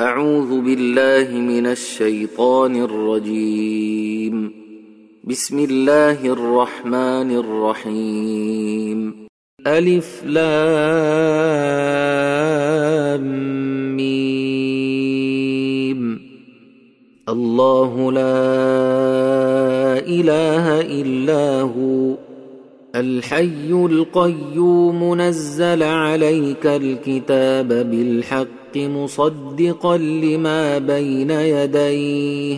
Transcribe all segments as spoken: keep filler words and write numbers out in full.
أعوذ بالله من الشيطان الرجيم. بسم الله الرحمن الرحيم. ألف لام ميم. الله لا إله إلا هو الحي القيوم نزل عليك الكتاب بالحق مصدقا لما بين يديه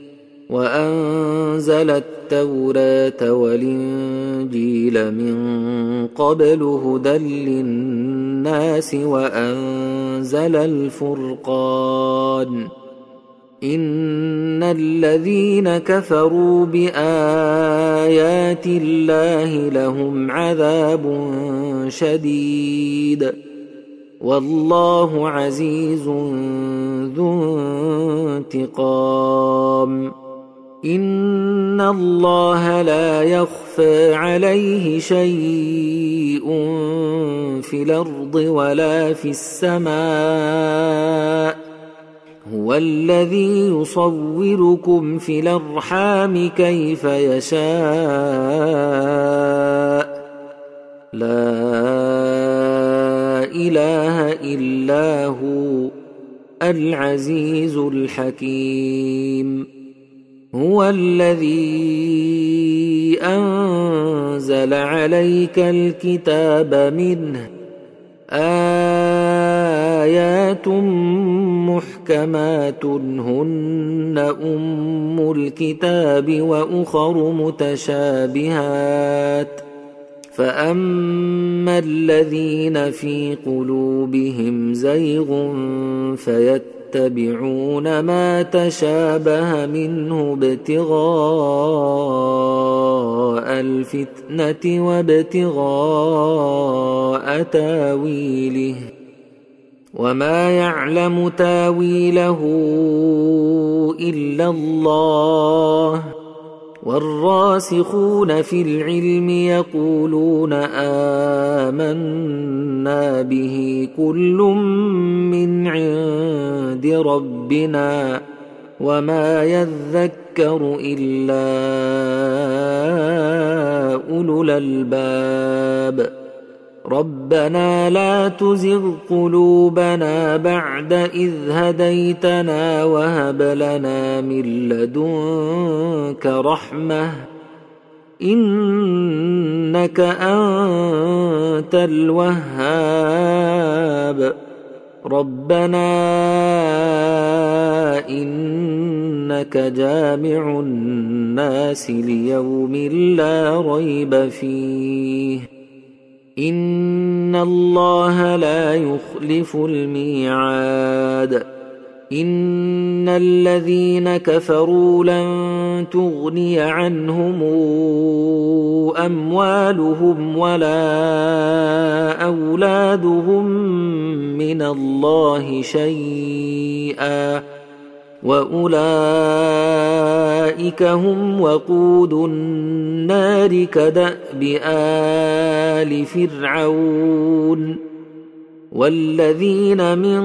وأنزل التوراة والإنجيل من قبل هدى للناس وأنزل الفرقان. إن الذين كفروا بآيات الله لهم عذاب شديد والله عزيز ذو انتقام. إن الله لا يخفى عليه شيء في الأرض ولا في السماء. هو الذي يصوركم في الأرحام كيف يشاء. لا إله إلا هو العزيز الحكيم. هو الذي أنزل عليك الكتاب منه آيات محكمات هن أم الكتاب وأخر متشابهات فأما الذين في قلوبهم زيغ فيتبعون ما تشابه منه ابتغاء الفتنة وابتغاء تاويله وما يعلم تاويله إلا الله والراسخون في العلم يقولون آمنا به كل من عند ربنا وما يذكر إلا أولو الألباب. ربنا لا تزغ قلوبنا بعد إذ هديتنا وهب لنا من لدنك رحمة إنك أنت الوهاب. ربنا إنك جامع الناس ليوم لا ريب فيه إن الله لا يخلف الميعاد. إن الذين كفروا لن تغني عنهم أموالهم ولا أولادهم من الله شيئا وأولئك هم وقود النار كدأب آل فرعون والذين من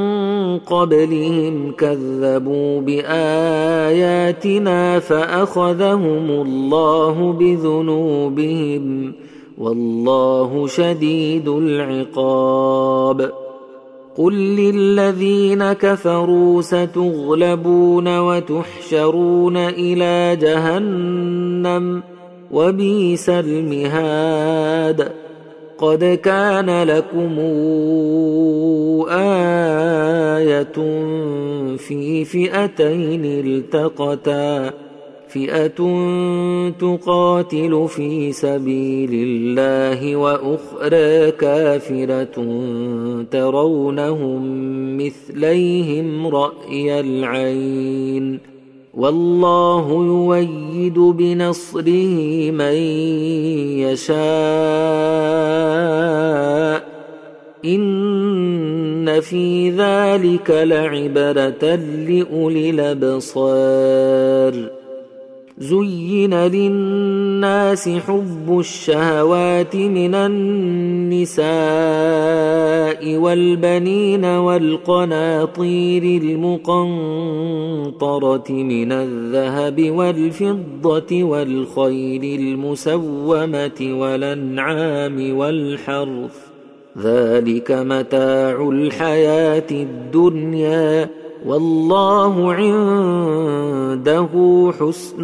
قبلهم كذبوا بآياتنا فأخذهم الله بذنوبهم والله شديد العقاب. قل للذين كفروا ستغلبون وتحشرون إلى جهنم وبئس المهاد. قد كان لكم آية في فئتين التقتا فئة تقاتل في سبيل الله وأخرى كافرة ترونهم مثليهم رأي العين والله يؤيد بنصره من يشاء. إن في ذلك لعبرة لأولي الأبصار. زين للناس حب الشهوات من النساء والبنين والقناطير المقنطرة من الذهب والفضة والخيل المسومة والأنعام والحرث ذلك متاع الحياة الدنيا والله عنده حسن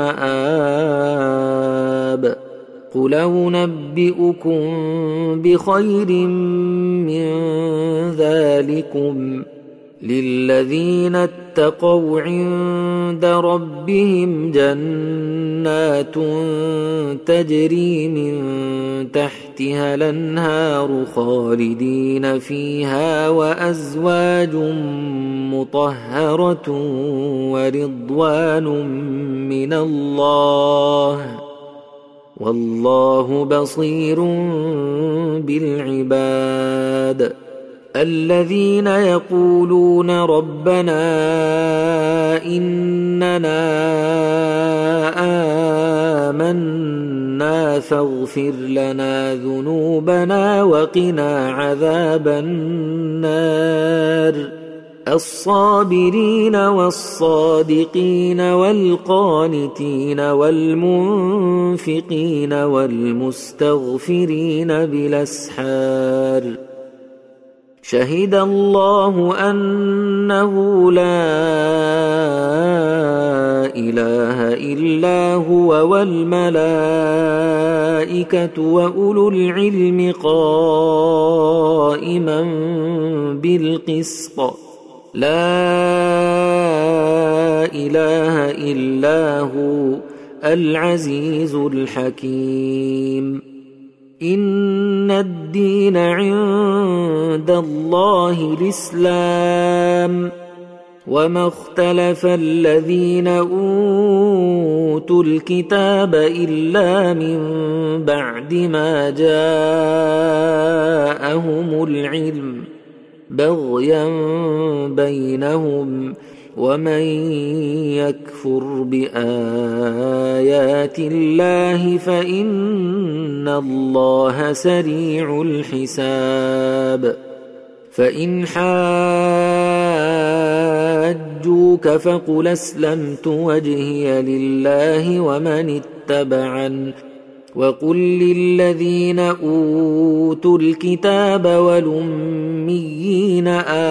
المآب قل أنبئكم بخير من ذلكم للذين اتقوا عند ربهم جنات تجري من تحتها الأنهار خالدين فيها وأزواج مطهرة ورضوان من الله والله بصير بالعباد الذين يقولون ربنا إننا آمنا فاغفر لنا ذنوبنا وقنا عذاب النار الصابرين والصادقين والقانتين والمنفقين والمستغفرين بالأسحار شهد الله أنه لا إله إلا هو والملائكة وأولو العلم قائما بالقسط لا إله إلا هو العزيز الحكيم إن الدين عند الله الإسلام وما اختلف الذين أوتوا الكتاب إلا من بعد ما جاءهم العلم بغيا بينهم ومن يكفر بآيات الله فإن الله سريع الحساب فإن حاجوك فقل أسلمت وجهي لله ومن اتبعن وقل للذين أوتوا الكتاب والأميين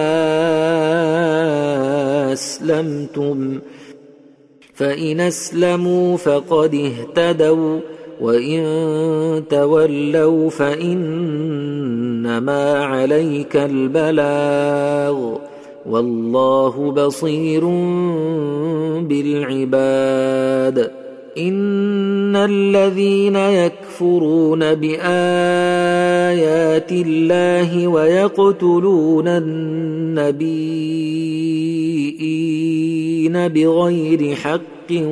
أسلمتم فإن أسلموا فقد اهتدوا وإن تولوا فإنما عليك البلاغ والله بصير بالعباد إن الذين يكفرون بآيات الله ويقتلون النبيين بغير حق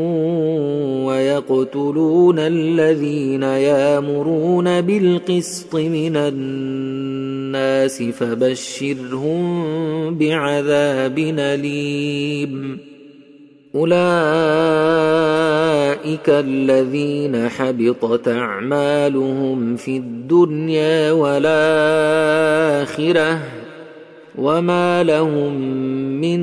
ويقتلون الذين يأمرون بالقسط من الناس فبشرهم بعذاب أليم أولئك الذين حبطت أعمالهم في الدنيا والآخرة وما لهم من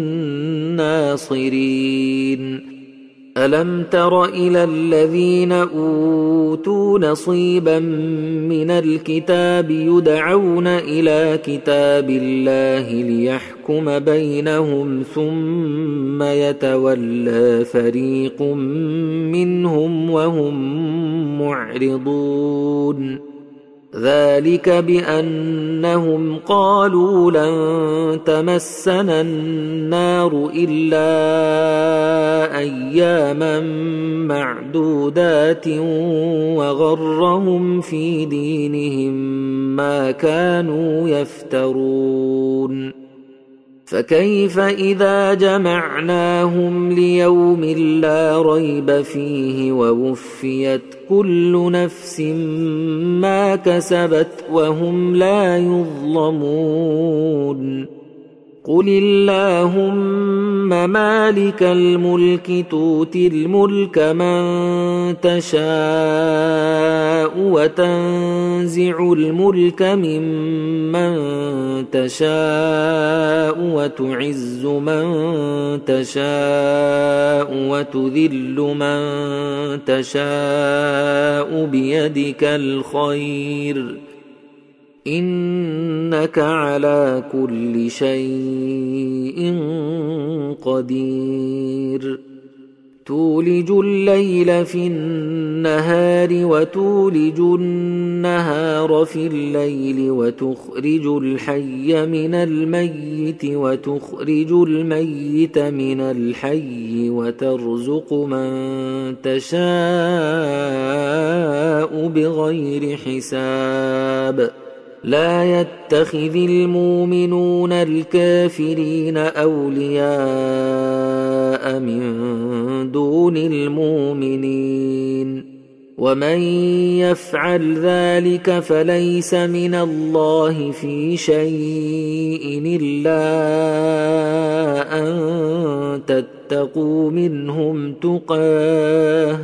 ناصرين ألم تر إلى الذين أوتوا نصيبا من الكتاب يدعون إلى كتاب الله ليحكم بينهم ثم يتولى فريق منهم وهم معرضون ذلك بأنهم قالوا لن تمسنا النار إلا أياما معدودات وغرهم في دينهم ما كانوا يفترون فكيف إذا جمعناهم ليوم لا ريب فيه ووفيت كل نفس ما كسبت وهم لا يظلمون قل اللهم مالك الملك تؤتي الملك من تشاء وتنزع الملك ممن تشاء وتعز من تشاء وتذل من تشاء بيدك الخير إنك على كل شيء قدير تولج الليل في النهار وتولج النهار في الليل وتخرج الحي من الميت وتخرج الميت من الحي وترزق من تشاء بغير حساب لا يتخذ المؤمنون الكافرين أولياء من دون المؤمنين ومن يفعل ذلك فليس من الله في شيء إلا أن تتقوا منهم تقاه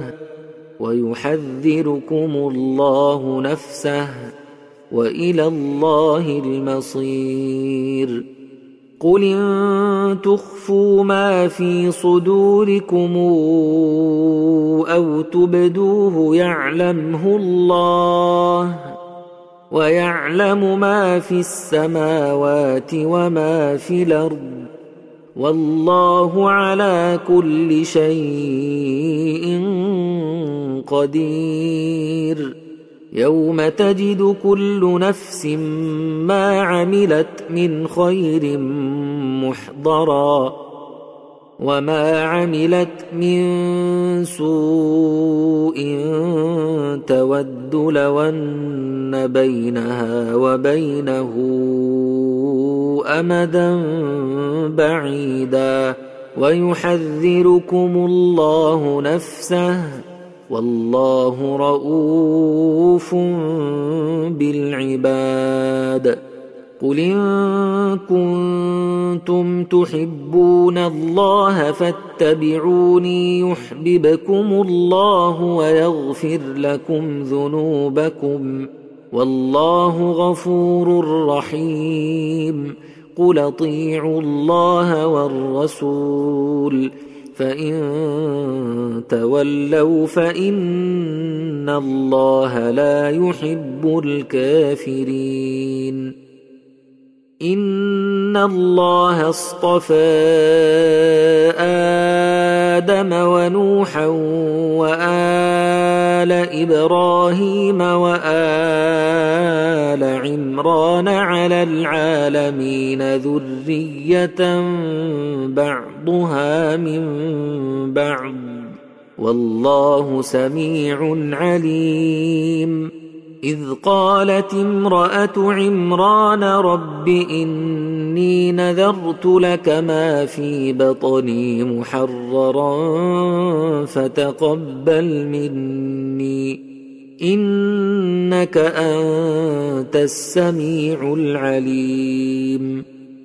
ويحذركم الله نفسه وإلى الله المصير قل إن تخفوا ما في صدوركم أو تبدوه يعلمه الله ويعلم ما في السماوات وما في الأرض والله على كل شيء قدير يوم تجد كل نفس ما عملت من خير محضرا وما عملت من سوء تود لو أن بينها وبينه أمدا بعيدا ويحذركم الله نفسه والله رؤوف بالعباد قل إن كنتم تحبون الله فاتبعوني يحببكم الله ويغفر لكم ذنوبكم والله غفور رحيم قل اطيعوا الله والرسول فإن تولوا فإن الله لا يحب الكافرين إن الله اصطفى آدم ونوحا وآل إبراهيم وآل عمران على العالمين ذرية بعضها من بعض والله سميع عليم إذ قالت امرأة عمران رب إني نذرت لك ما في بطني محررا فتقبل مني إنك أنت السميع العليم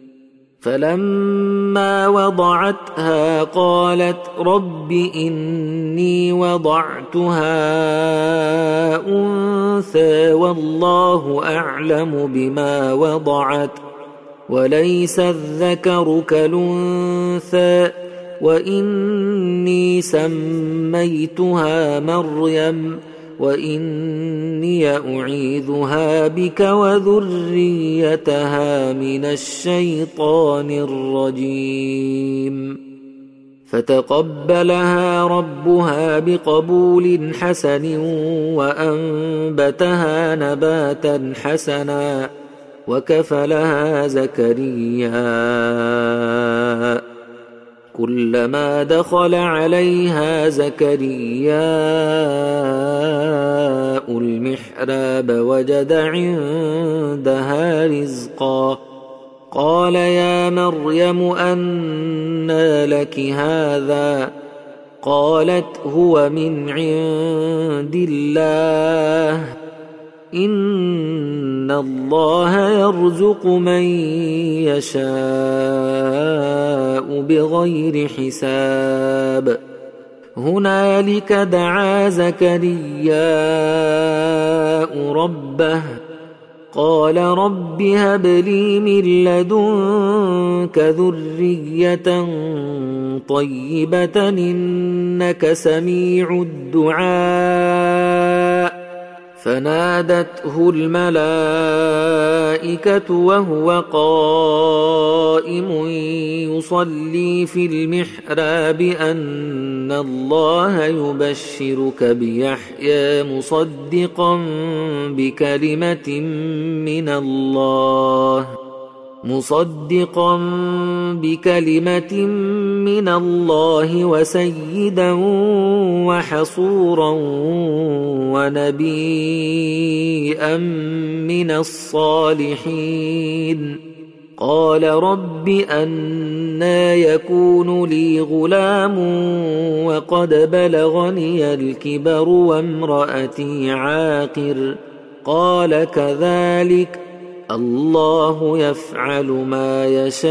فلما وضعتها قالت رب إني وضعتها أنثى والله أعلم بما وضعت وليس الذكر كالأنثى وإني سميتها مريم وإني أعيذها بك وذريتها من الشيطان الرجيم فتقبلها ربها بقبول حسن وأنبتها نباتا حسنا وكفلها زكريا كلما دخل عليها زكريا المحراب وجد عندها رزقا قال يا مريم أنى لك هذا قالت هو من عند الله إن الله يرزق من يشاء بغير حساب هنالك دعا زكرياء ربه قال رب هب لي من لدنك ذرية طيبة إنك سميع الدعاء فنادته الملائكة وهو قائم يصلي في المحراب أن الله يبشرك بيحيى مصدقا بكلمة من الله مصدقا بكلمة من الله وسيدا وحصورا ونبيا من الصالحين قال رب أنى يكون لي غلام وقد بلغني الكبر وامرأتي عاقر قال كذلك الله يفعل ما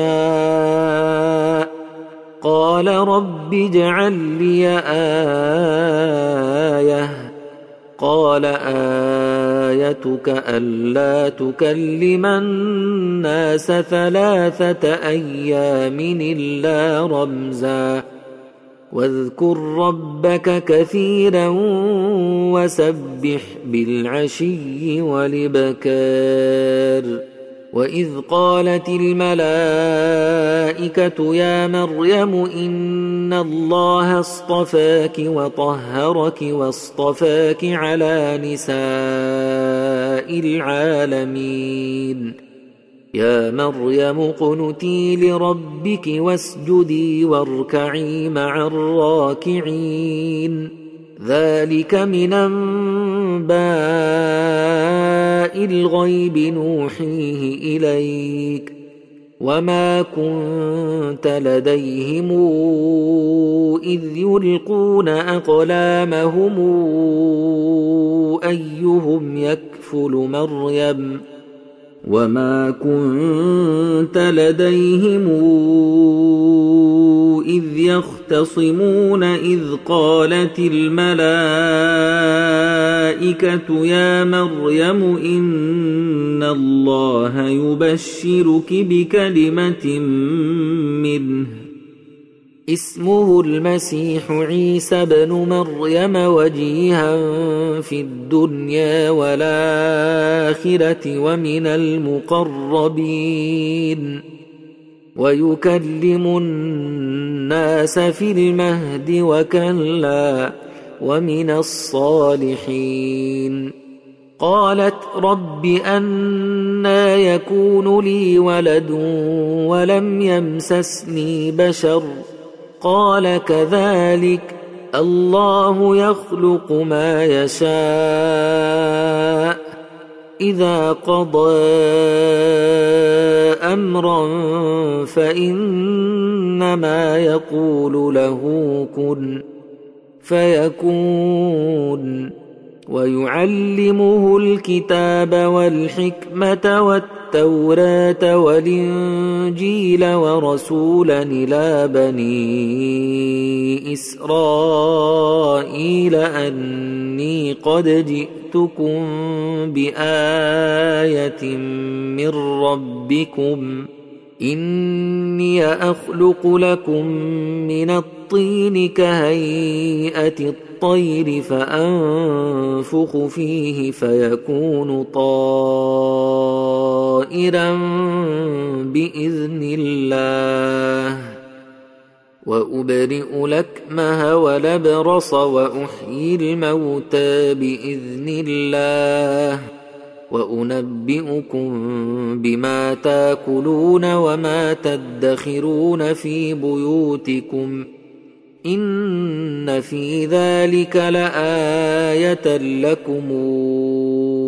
يشاء قال رب اجعل لي آية قال آيتك ألا تكلم الناس ثلاثة أيام إلا رمزا واذكر ربك كثيرا وسبح بالعشي والإبكار وإذ قالت الملائكة يا مريم إن الله اصطفاك وطهرك واصطفاك على نساء العالمين يا مريم اقنتي لربك واسجدي واركعي مع الراكعين ذلك من أنباء الغيب نوحيه إليك وما كنت لديهم إذ يلقون أقلامهم أيهم يكفل مريم وما كنت لديهم إذ يختصمون إذ قالت الملائكة يا مريم إن الله يبشرك بكلمة منه اسمه المسيح عيسى بن مريم وجيها في الدنيا والآخرة ومن المقربين ويكلم الناس في المهد وكهلا ومن الصالحين قالت رب أنى يكون لي ولد ولم يمسسني بشر قال كذلك الله يخلق ما يشاء إذا قضى أمرا فإنما يقول له كن فيكون ويعلمه الكتاب والحكمة والتوراة والإنجيل ورسولا إلى بني إسرائيل أني قد جئتكم بآية من ربكم إني أخلق لكم من الطين كهيئة الطير فأنفخ فيه فيكون طائرا بإذن الله وأبرئ الأكمه والأبرص وأحيي الموتى بإذن الله وأنبئكم بما تاكلون وما تدخرون في بيوتكم إن في ذلك لآية لكم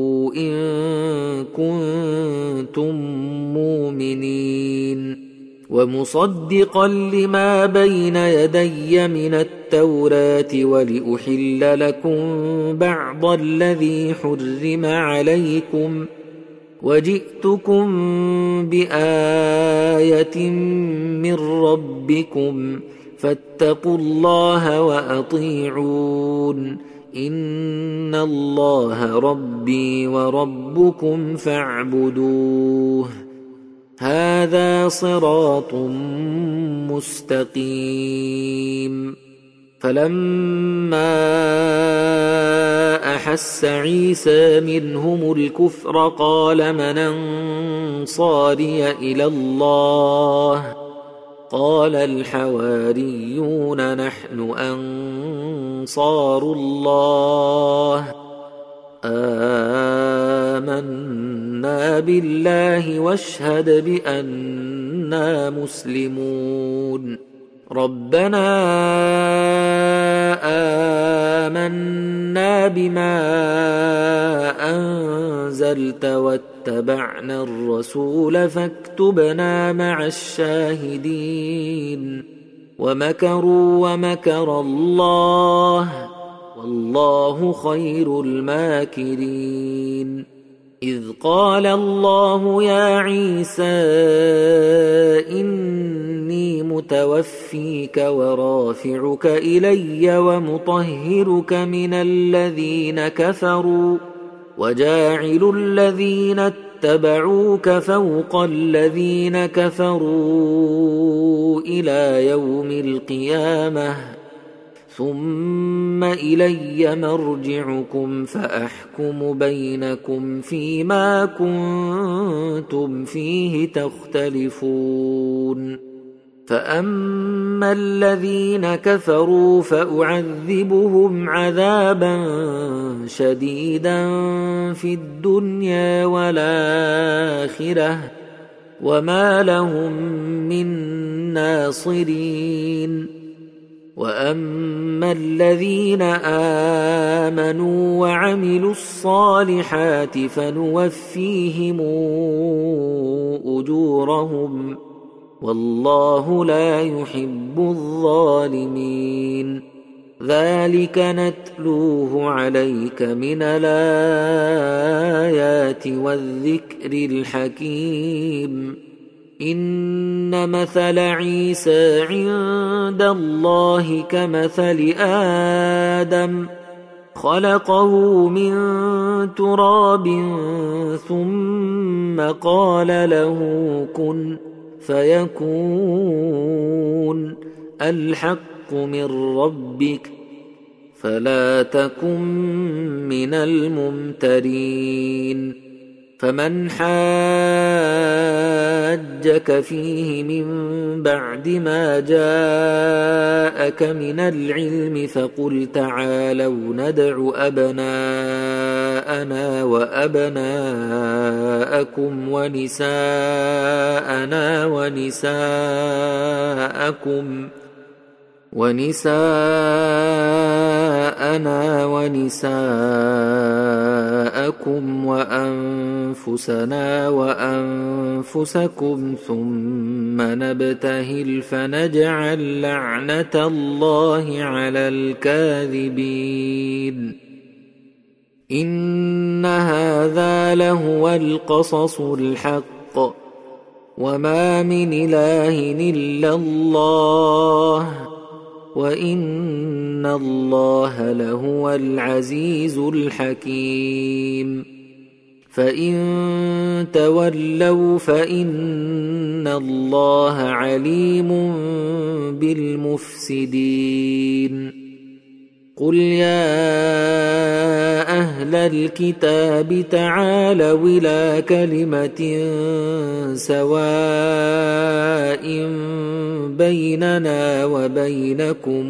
إن كنتم مؤمنين ومصدقا لما بين يدي من التوراة ولأحل لكم بعض الذي حرم عليكم وجئتكم بآية من ربكم فاتقوا الله وأطيعون إن الله ربي وربكم فاعبدوه هذا صراط مستقيم. فلما أحس عيسى منهم الكفر قال من أنصاري إلى الله قال الحواريون نحن أنصار الله آمنا بالله واشهد بأننا مسلمون. ربنا آمنا بما أنزلت واتبعنا الرسول فاكتبنا مع الشاهدين. ومكروا ومكر الله والله خير الماكرين. إذ قال الله يا عيسى إني متوفيك ورافعك إلي ومطهرك من الذين كفروا وجاعل الذين اتبعوك فوق الذين كفروا إلى يوم القيامة ثم إلي مرجعكم فأحكم بينكم فيما كنتم فيه تختلفون. فأما الذين كفروا فأعذبهم عذابا شديدا في الدنيا والآخرة وما لهم من ناصرين. وأما الذين آمنوا وعملوا الصالحات فنوفيهم أجورهم والله لا يحب الظالمين. ذلك نتلوه عليك من الآيات والذكر الحكيم. إن مثل عيسى عند الله كمثل آدم خلقه من تراب ثم قال له كن فيكون. الحق من ربك فلا تكن من الممترين. فمن حاجك فيه من بعد ما جاءك من العلم فقل تعالوا ندع أبناءنا وأبناءكم ونساءنا ونساءكم ونساءنا ونساءكم وأنفسنا وأنفسكم ثم نبتهل فنجعل لعنة الله على الكاذبين. إن هذا لهو القصص الحق وما من إله إلا الله وإن الله لهو العزيز الحكيم. فإن تولوا فإن الله عليم بالمفسدين. قل يا أهل الكتاب تعالوا إلى كلمة سواء بيننا وبينكم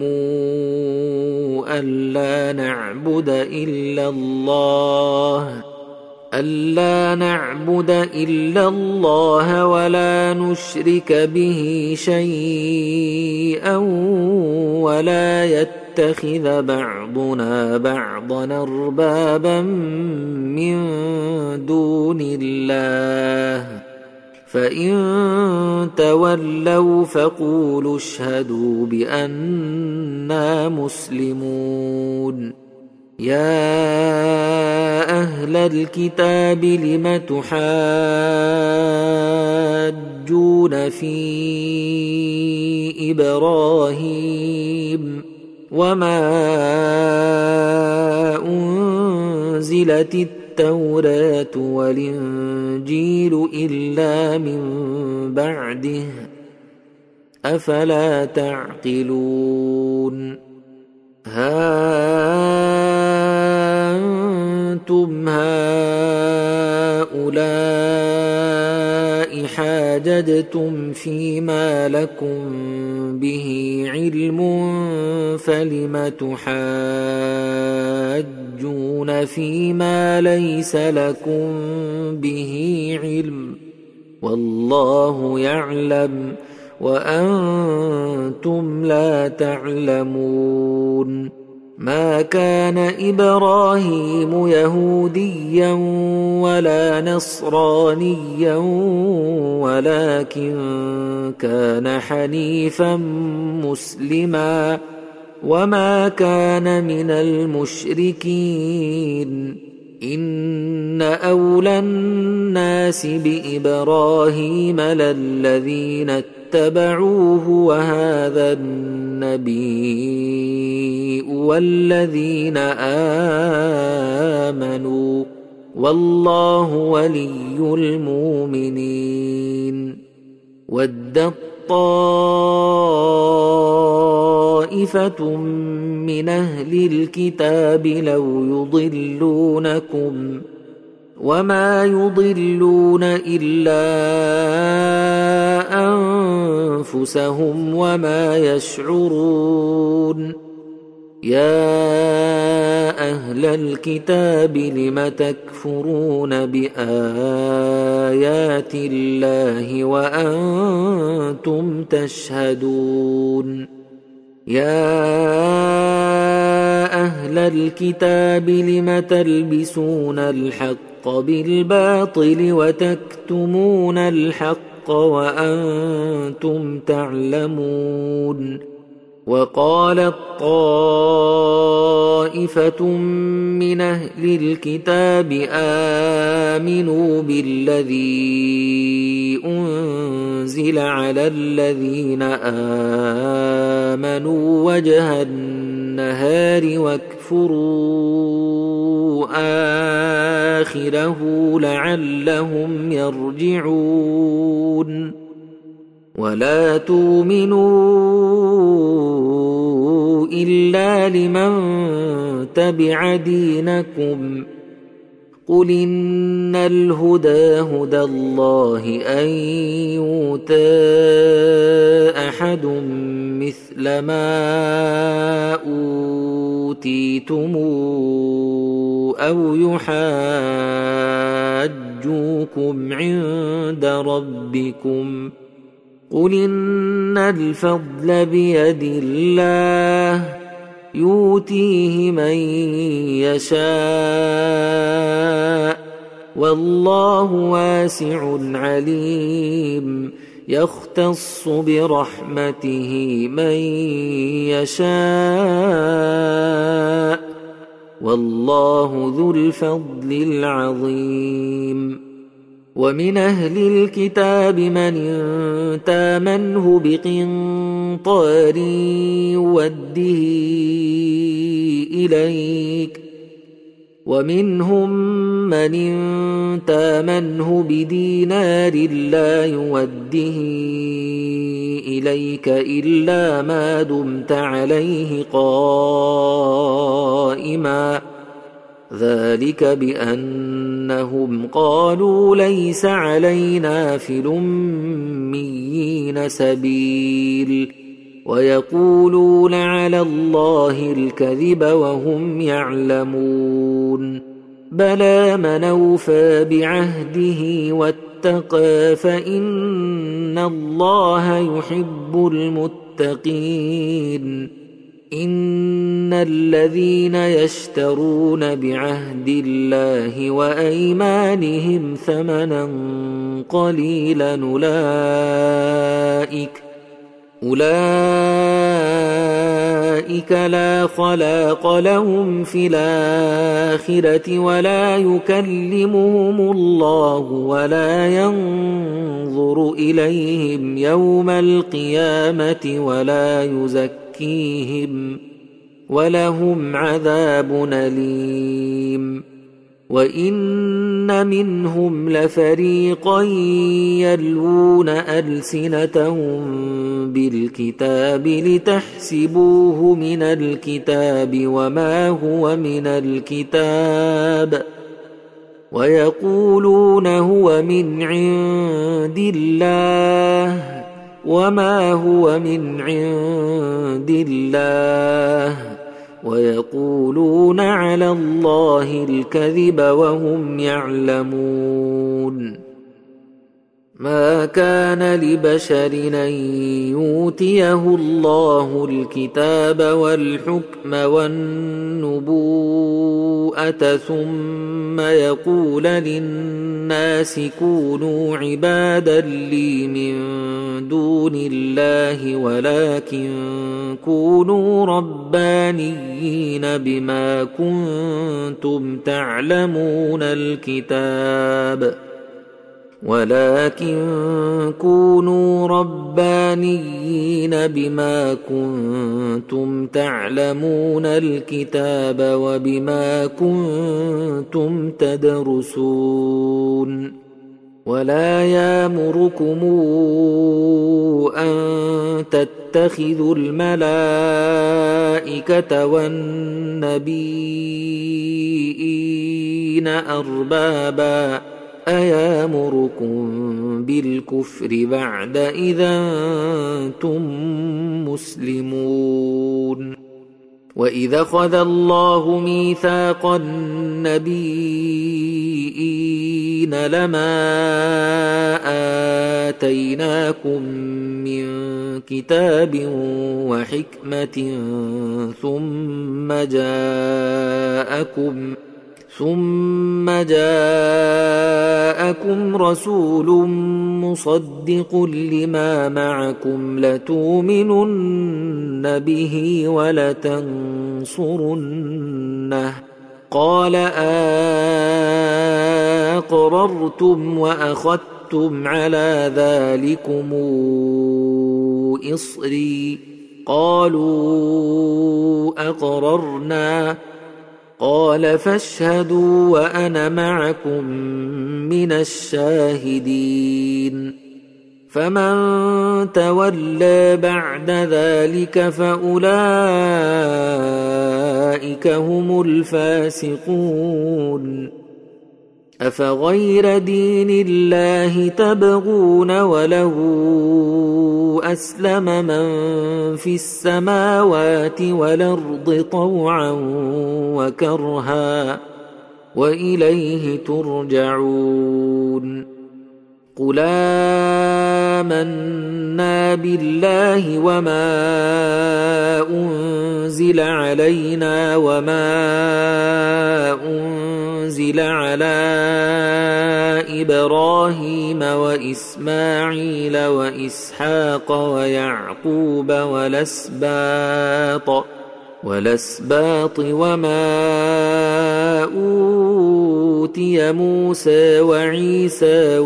ألا نعبد إلا الله ألا نعبد إلا الله ولا نشرك به شيئا ولا يتخذ بعضنا بعضا أربابا من دون الله فإن تولوا فقولوا اشهدوا بأننا مسلمون يا أهل الكتاب لم تحاجون في إبراهيم وما أنزلت التوراة والإنجيل إلا من بعده أفلا تعقلون ها أنتم هؤلاء حاججتم فيما لكم به علم فلم تحاجون فيما ليس لكم به علم والله يعلم وأنتم لا تعلمون ما كان إبراهيم يهوديا ولا نصرانيا ولكن كان حنيفا مسلما وما كان من المشركين إن أولى الناس بإبراهيم للذين اتبعوه وهذا النبي والذين آمنوا والله ولي المؤمنين ودت طائفة من أهل الكتاب لو يضلونكم وما يضلون إلا أنفسهم وما يشعرون يا أهل الكتاب لم تكفرون بآيات الله وأنتم تشهدون يا أهل الكتاب لم تلبسون الحق بالباطل وتكتمون الحق وأنتم تعلمون وقالت طائفة من أهل الكتاب آمنوا بالذي أنزل على الذين آمنوا وجه النهار واكفروا آخره لعلهم يرجعون ولا تؤمنوا إلا لمن تبع دينكم قل إن الهدى هدى الله أن يؤتى أحد مثل ما أوتيتم أو يحاجوكم عند ربكم قل إن الفضل بيد الله يؤتيه من يشاء والله واسع عليم يختص برحمته من يشاء والله ذو الفضل العظيم ومن أهل الكتاب من تامنه بقنطار يوده إليك ومنهم من تامنه بدينار لا يوده إليك إلا ما دمت عليه قائما ذلك بأنهم قالوا ليس علينا في الأميين سبيل ويقولون على الله الكذب وهم يعلمون بلى من أوفى بعهده واتقى فإن الله يحب المتقين إن الذين يشترون بعهد الله وأيمانهم ثمنا قليلا أولئك أولئك لا خلاق لهم في الآخرة ولا يكلمهم الله ولا ينظر إليهم يوم القيامة ولا يزكيهم ولهم عذاب أليم. وإن منهم لفريقا يلوون ألسنتهم بالكتاب لتحسبوه من الكتاب وما هو من الكتاب ويقولون هو من عند الله وما هو من عند الله ويقولون على الله الكذب وهم يعلمون. ما كان لبشر أن يؤتيه الله الكتاب والحكم والنبوءة ثم يقول للناس كونوا عبادا لي من دون الله ولكن كونوا ربانيين بما كنتم تعلمون الكتاب ولكن كونوا ربانيين بما كنتم تعلمون الكتاب وبما كنتم تدرسون. ولا يأمركم أن تتخذوا الملائكة والنبيين أربابا أيامركم بالكفر بعد إذا أنتم مسلمون. وإذا أخذ الله ميثاق النبيين لما آتيناكم من كتاب وحكمة ثم جاءكم ثم جاءكم رسول مصدق لما معكم لتؤمنن به ولتنصرنه قال أقررتم وأخذتم على ذلكم إصري قالوا أقررنا قال فاشهدوا وأنا معكم من الشاهدين. فمن تولى بعد ذلك فأولئك هم الفاسقون. أفغير دين الله تبغون وله أسلم من في السماوات والأرض طوعا وكرها وإليه ترجعون. قل آمنا بالله وما أنزل علينا وما أنزل على إبراهيم وإسماعيل وإسحاق ويعقوب والأسباط والأسباط وما أوتي موسى وعيسى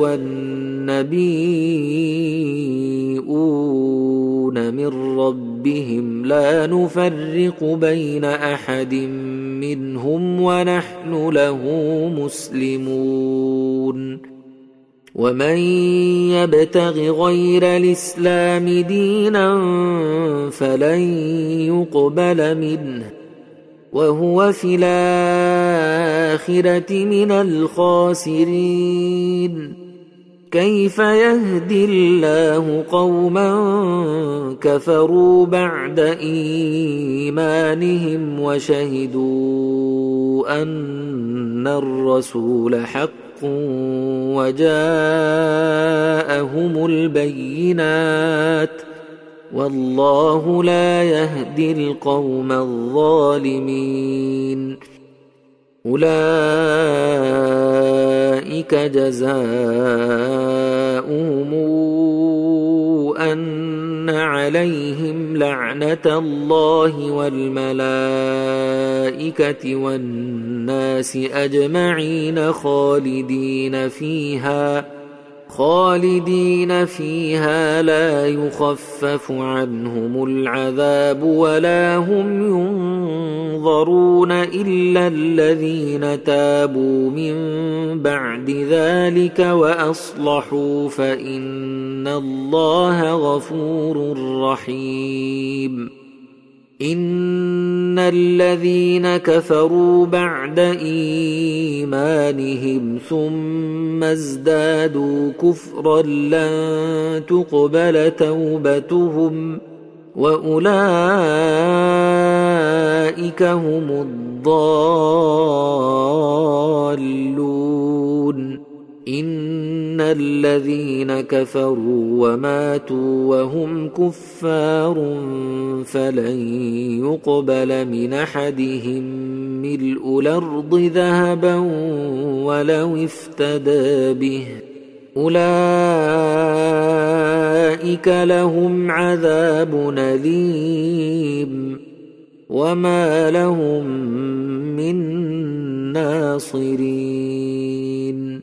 والنبيون من ربهم لا نفرق بين أحد منهم ونحن له مسلمون. ومن يبتغ غير الإسلام دينا فلن يقبل منه وهو في الآخرة من الخاسرين. كيف يهدي الله قوما كفروا بعد إيمانهم وشهدوا أن الرسول حق وجاءهم البينات والله لا يهدي القوم الظالمين. أولئك جزاؤهم أن عليهم لعنة الله والملائكة والناس أجمعين خالدين فيها خالدين فيها لا يخفف عنهم العذاب ولا هم ينظرون إلا الذين تابوا من بعد ذلك وأصلحوا فإن الله غفور رحيم. إن الذين كفروا بعد إيمانهم ثم ازدادوا كفرا لن تقبل توبتهم وأولئك هم الضالون. إن الذين كفروا وماتوا وهم كفار فلن يقبل من أحدهم ملء الأرض ذهبا ولو افتدى به أولئك لهم عذاب أليم وما لهم من ناصرين.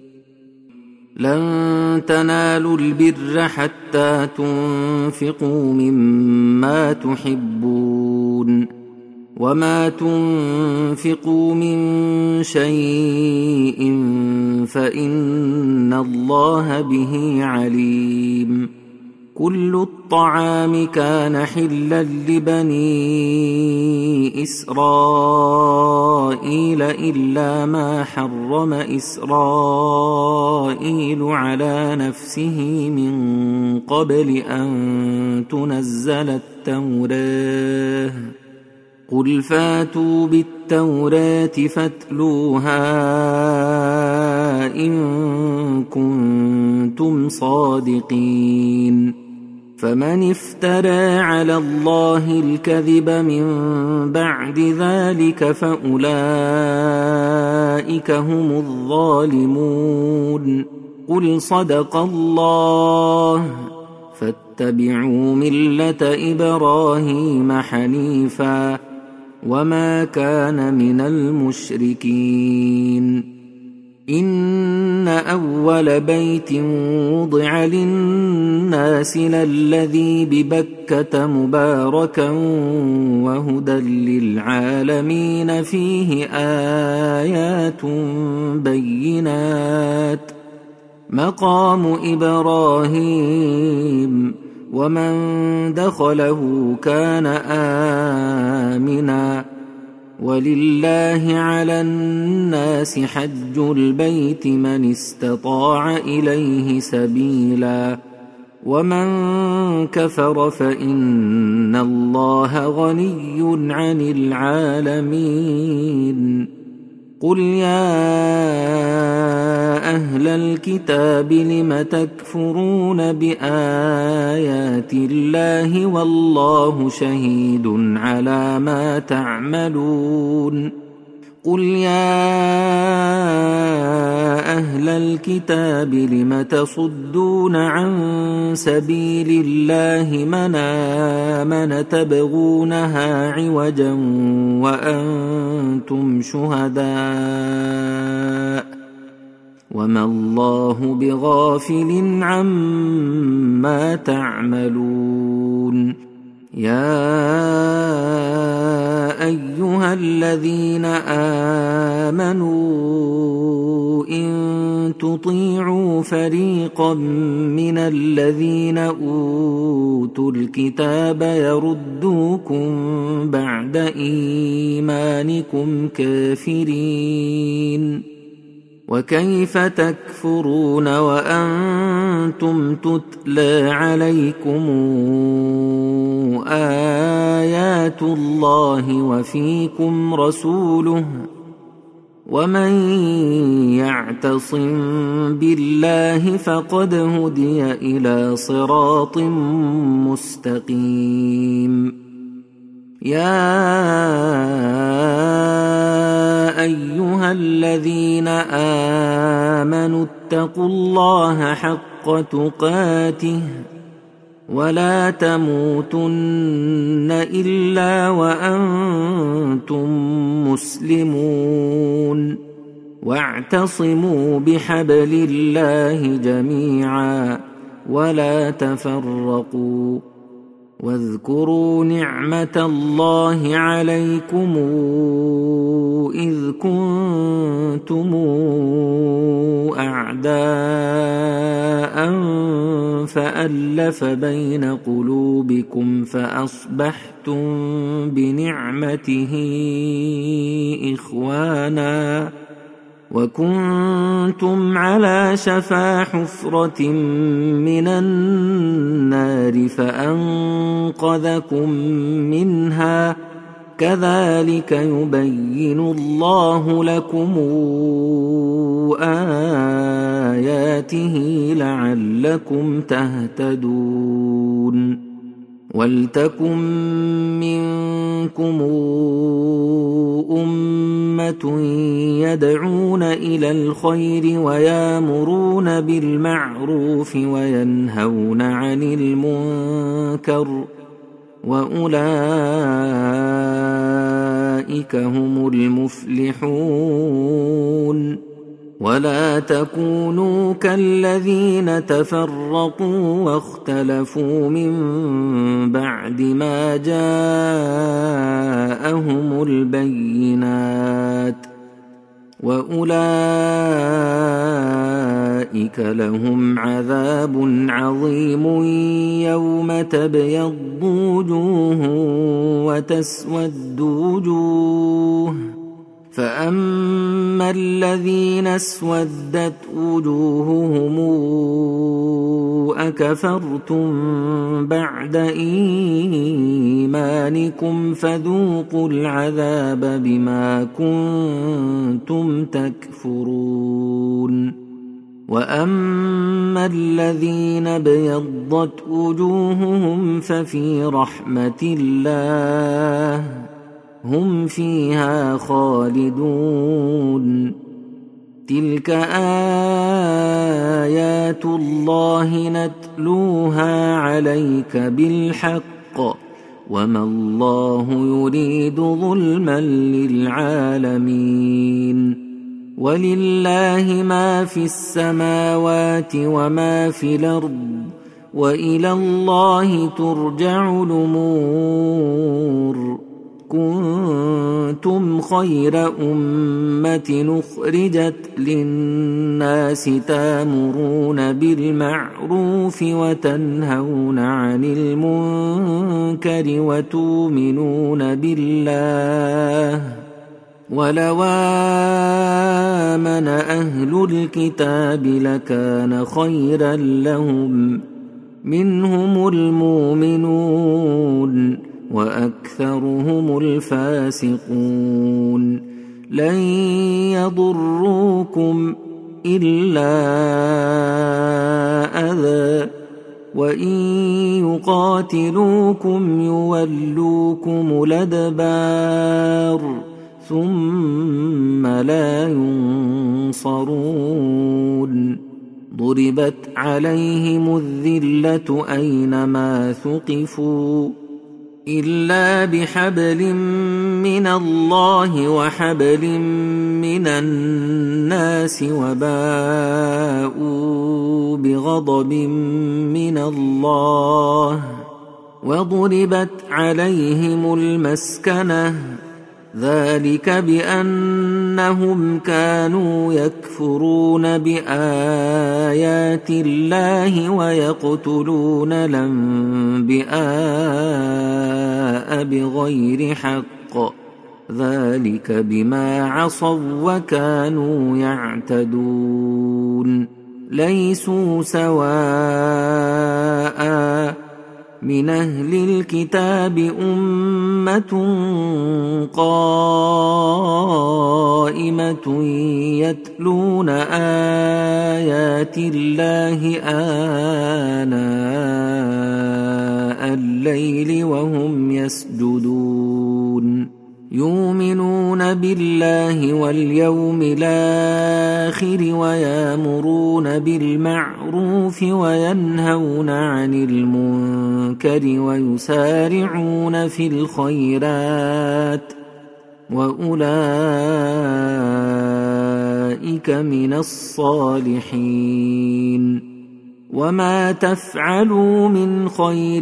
لن تنالوا البر حتى تنفقوا مما تحبون وما تنفقوا من شيء فإن الله به عليم. كل الطعام كان حلا لبني إسرائيل إلا ما حرم إسرائيل على نفسه من قبل أن تنزل التوراة قل فاتوا بالتوراة فاتلوها إن كنتم صادقين. فمن افترى على الله الكذب من بعد ذلك فأولئك هم الظالمون. قل صدق الله فاتبعوا ملة إبراهيم حنيفا وما كان من المشركين. إن أول بيت وضع للناس للذي ببكة مباركا وهدى للعالمين فيه آيات بينات مقام إبراهيم ومن دخله كان آمنا ولله على الناس حج البيت من استطاع إليه سبيلا ومن كفر فإن الله غني عن العالمين. قل يا أهل الكتاب لم تكفرون بآيات الله والله شهيد على ما تعملون. قل يا أهل الكتاب لم تصدون عن سبيل الله من آمن تبغونها عوجا وأنتم شهداء وما الله بغافل عما تعملون. يا أيها الذين آمنوا إن تطيعوا فريقا من الذين أوتوا الكتاب يردوكم بعد إيمانكم كافرين وكيف تكفرون وأنتم تتلى عليكم آيات الله وفيكم رسوله ومن يعتصم بالله فقد هدي إلى صراط مستقيم. يا أيها الذين آمنوا اتقوا الله حق تقاته ولا تموتن إلا وأنتم مسلمون. واعتصموا بحبل الله جميعا ولا تفرقوا. واذكروا نعمة الله عليكم إذ كنتم أعداء فألف بين قلوبكم فأصبحتم بنعمته إخوانا وكنتم على شفا حفرة من النار فأنقذكم منها. كذلك يبين الله لكم آياته لعلكم تهتدون. ولتكن منكم أمة يدعون إلى الخير ويامرون بالمعروف وينهون عن المنكر وأولئك هم المفلحون. ولا تكونوا كالذين تفرقوا واختلفوا من بعد ما جاءهم البينات وأولئك لهم عذاب عظيم يوم تبيض وجوه وتسود وجوه. فأما الذين اسودت وجوههم أكفرتم بعد إيمانكم فذوقوا العذاب بما كنتم تكفرون. وأما الذين ابيضت وجوههم ففي رحمة الله هم فيها خالدون. تلك آيات الله نتلوها عليك بالحق وما الله يريد ظلما للعالمين. ولله ما في السماوات وما في الأرض وإلى الله ترجع الأمور. كنتم خير أمة أخرجت للناس تأمرون بالمعروف وتنهون عن المنكر وتؤمنون بالله. ولو آمن أهل الكتاب لكان خيرا لهم منهم المؤمنون وأكثرهم الفاسقون. لن يضروكم إلا أذى وإن يقاتلوكم يولوكم الأدبار ثم لا ينصرون. ضربت عليهم الذلة أينما ثقفوا إلا بحبل من الله وحبل من الناس وباءوا بغضب من الله وضربت عليهم المسكنة ذلك بأنهم كانوا يكفرون بآيات الله ويقتلون الأنبياء بغير حق ذلك بما عصوا وكانوا يعتدون. ليسوا سواء من أهل الكتاب أمة أمة قائمة يتلون آيات الله آناء الليل وهم يسجدون يؤمنون بالله واليوم الآخر ويأمرون بالمعروف وينهون عن المنكر ويسارعون في الخيرات وأولئك من الصالحين وما تفعلوا من خير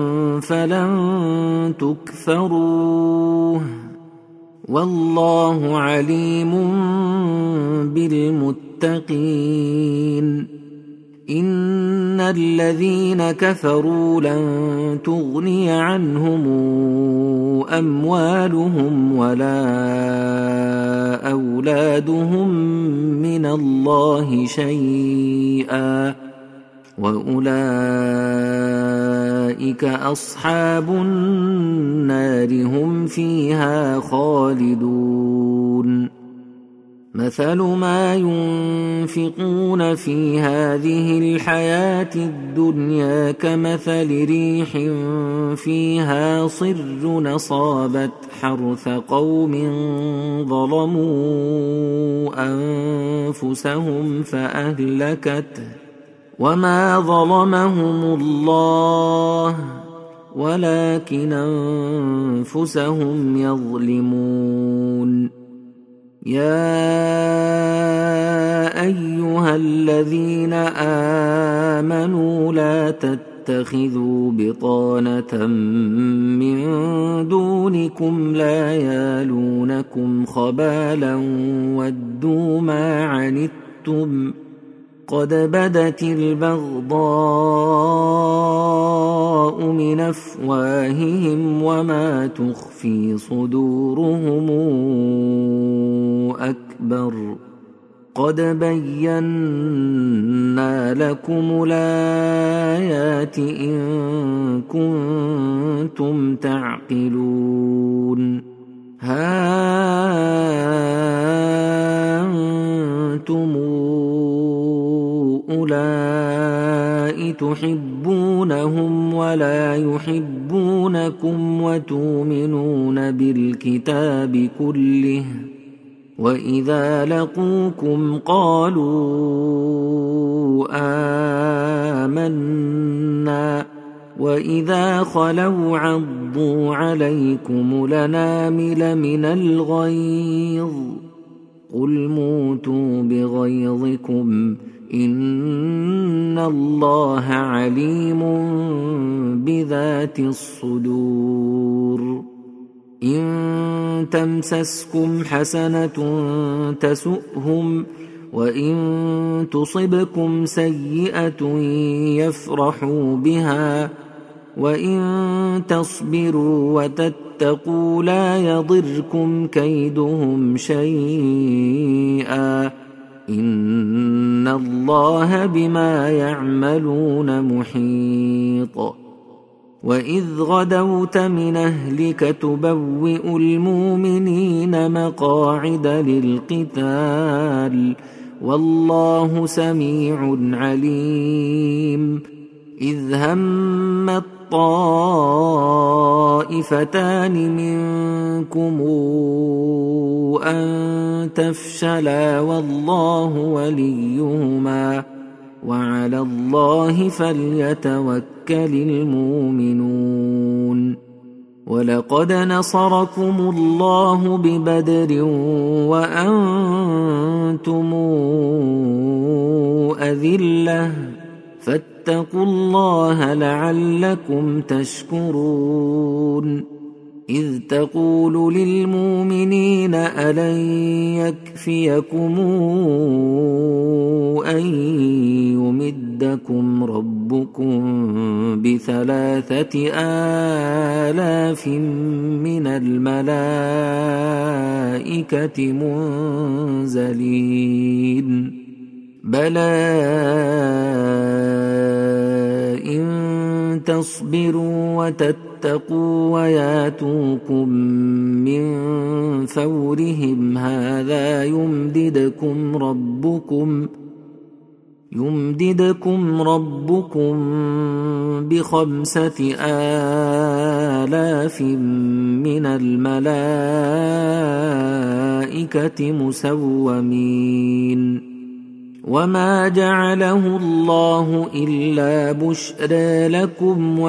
فلن تكفروه والله عليم بالمتقين إن الذين كفروا لن تغني عنهم أموالهم ولا أولادهم من الله شيئا وأولئك أصحاب النار هم فيها خالدون مثل ما ينفقون في هذه الحياة الدنيا كمثل ريح فيها صر أصابت حرث قوم ظلموا أنفسهم فأهلكته وما ظلمهم الله ولكن أنفسهم يظلمون يا أيها الذين آمنوا لا تتخذوا بطانة من دونكم لا يالونكم خبالا ودوا ما عنتم قد بدت البغضاء من أفواههم وما تخفي صدورهم أكبر قد بينا لكم الآيات إن كنتم تعقلون ها أنتم أولئك تحبونهم ولا يحبونكم وتؤمنون بالكتاب كله وإذا لقوكم قالوا آمنا وإذا خلوا عضوا عليكم الأنامل من الغيظ قل موتوا بغيظكم إن الله عليم بذات الصدور إن تمسسكم حسنة تسؤهم وإن تصبكم سيئة يفرحوا بها وإن تصبروا وتتقوا لا يضركم كيدهم شيئا إن الله بما يعملون محيط وإذ غدوت من أهلك تبوئ المؤمنين مقاعد للقتال والله سميع عليم إذ هم الطائفتان منكم أن تفشلا والله وليهما وعلى الله فليتوكل المؤمنون ولقد نصركم الله ببدر وأنتم أذلة فاتقوا الله لعلكم تشكرون إذ تقول للمؤمنين ألن يكفيكم أن يمدكم ربكم بثلاثة آلاف من الملائكة منزلين بلى إن تصبروا وتتقوا وياتوكم من فورهم هذا يمددكم ربكم يمددكم ربكم بخمسة آلاف من الملائكة مسومين وما جعله الله إلا بشرى لكم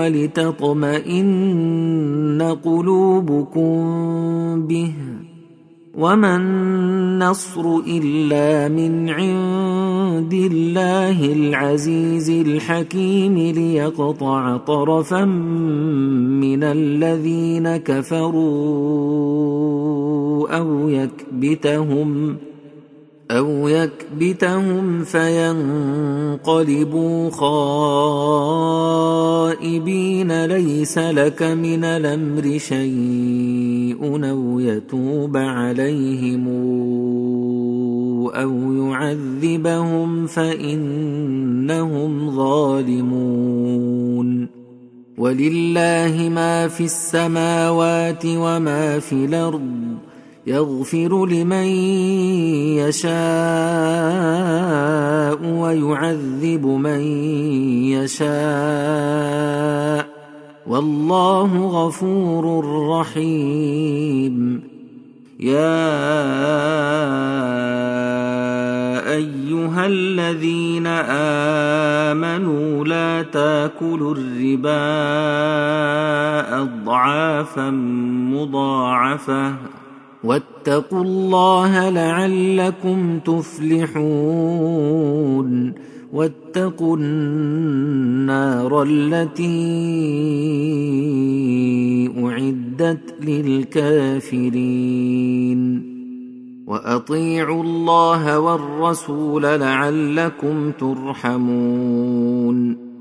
ولتطمئن قلوبكم به وما النصر إلا من عند الله العزيز الحكيم ليقطع طرفا من الذين كفروا أو يكبتهم أو يكبتهم فينقلبوا خائبين ليس لك من الأمر شيء أو يتوب عليهم أو يعذبهم فإنهم ظالمون ولله ما في السماوات وما في الأرض يغفر لمن يشاء ويعذب من يشاء والله غفور رحيم يا أيها الذين آمنوا لا تاكلوا الربا أضعافا مضاعفة واتقوا الله لعلكم تفلحون واتقوا النار التي أعدت للكافرين وأطيعوا الله والرسول لعلكم ترحمون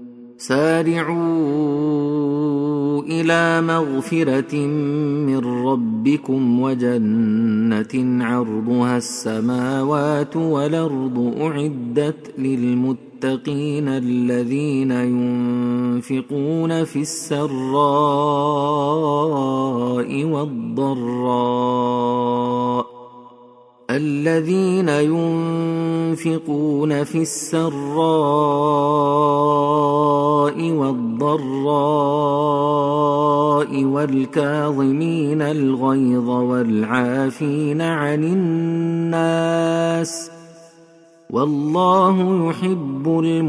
سارعوا إلى مغفرة من ربكم وجنة عرضها السماوات والأرض أعدت للمتقين الذين ينفقون في السراء والضراء الذين ينفقون في السراء والضراء والكاظمين الغيظ والعافين عن الناس والله يحب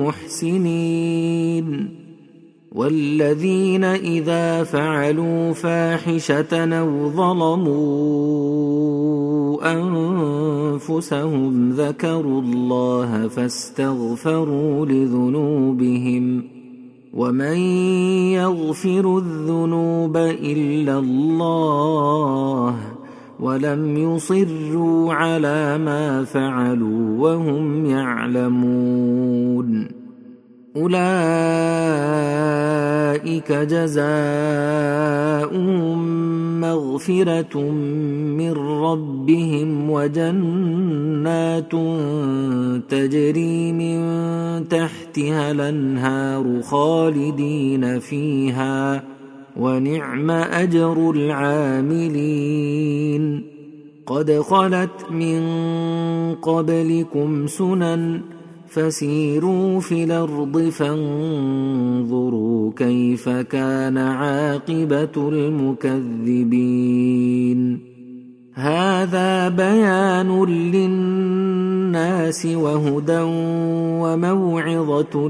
المحسنين والذين إذا فعلوا فاحشة أو ظلموا أنفسهم ذكروا الله فاستغفروا لذنوبهم ومن يغفر الذنوب إلا الله ولم يصروا على ما فعلوا وهم يعلمون أولئك جزاؤهم مغفرة من ربهم وجنات تجري من تحتها الأنهار خالدين فيها ونعم أجر العاملين قد خلت من قبلكم سنن فسيروا في الأرض فانظروا كيف كان عاقبة المكذبين هذا بيان للناس وهدى وموعظة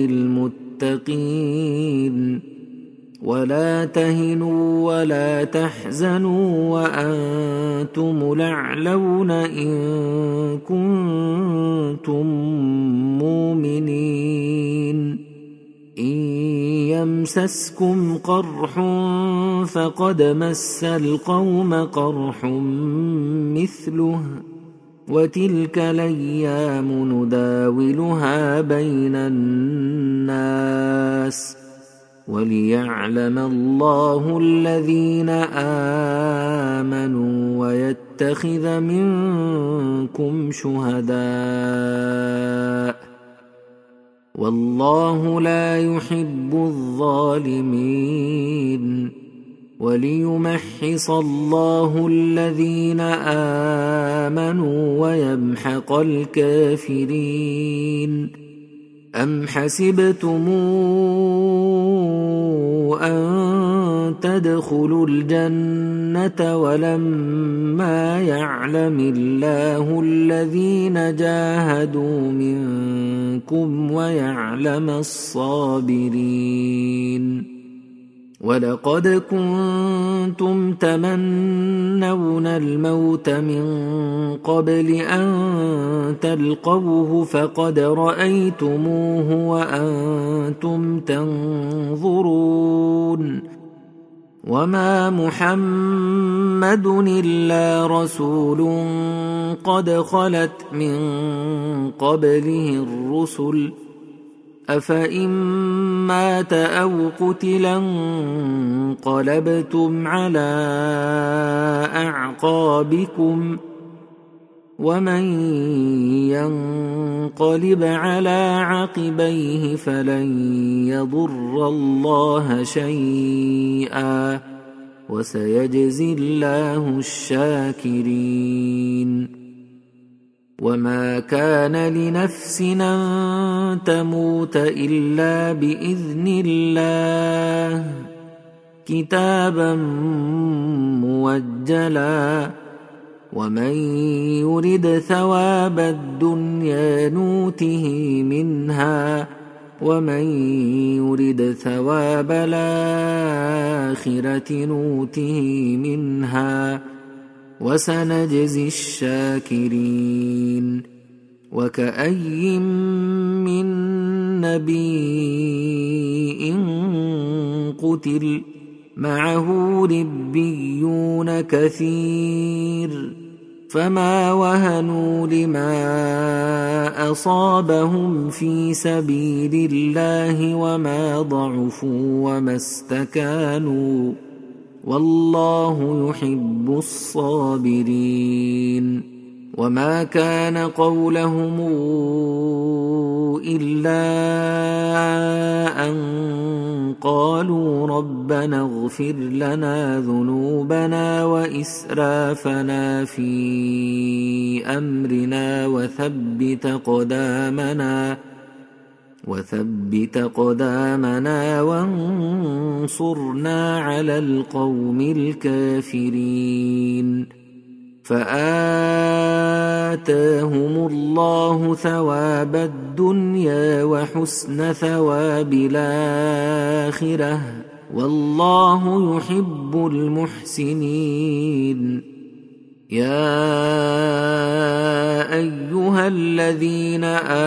للمتقين ولا تهنوا ولا تحزنوا وأنتم الأعلون إن كنتم مؤمنين إن يمسسكم قرح فقد مس القوم قرح مثله وتلك الأيام نداولها بين الناس وليعلم الله الذين آمنوا ويتخذ منكم شهداء والله لا يحب الظالمين وليمحص الله الذين آمنوا ويمحق الكافرين أم حسبتم أن تدخلوا الجنة ولما يعلم الله الذين جاهدوا منكم ويعلم الصابرين ولقد كنتم تمنون الموت من قبل أن تلقوه فقد رأيتموه وأنتم تنظرون وما محمد إلا رسول قد خلت من قبله الرسل أفإن مات أو قتلا انقلبتم على أعقابكم ومن ينقلب على عقبيه فلن يضر الله شيئا وسيجزي الله الشاكرين وما كان لنفس أن تموت إلا بإذن الله كتابا موجلا ومن يرد ثواب الدنيا نوته منها ومن يرد ثواب الآخرة نوته منها وسنجزي الشاكرين وكأي من نبي قتل معه ربيون كثير فما وهنوا لما أصابهم في سبيل الله وما ضعفوا وما استكانوا والله يحب الصابرين وما كان قولهم إلا أن قالوا ربنا اغفر لنا ذنوبنا وإسرافنا في أمرنا وثبت قدامنا وثبت قدامنا وانصرنا على القوم الكافرين فآتاهم الله ثواب الدنيا وحسن ثواب الآخرة والله يحب المحسنين يا أيها الذين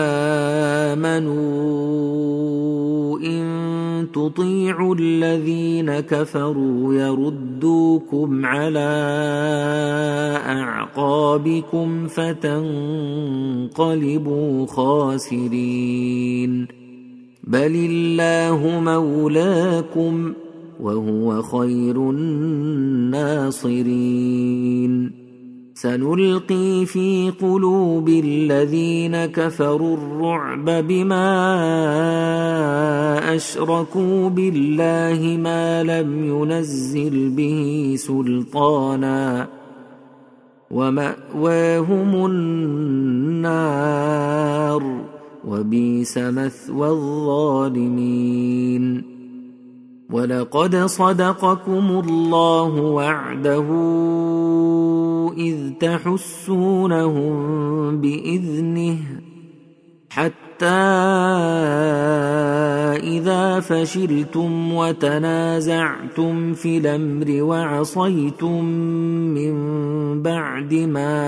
آمنوا إن تطيعوا الذين كفروا يردوكم على أعقابكم فتنقلبوا خاسرين بل الله مولاكم وهو خير الناصرين سنلقي في قلوب الذين كفروا الرعب بما أشركوا بالله ما لم ينزل به سلطانا ومأواهم النار وبئس مثوى الظالمين ولقد صدقكم الله وعده إذ تحسونهم بإذنه حتى إذا فشلتم وتنازعتم في الأمر وعصيتم من بعد ما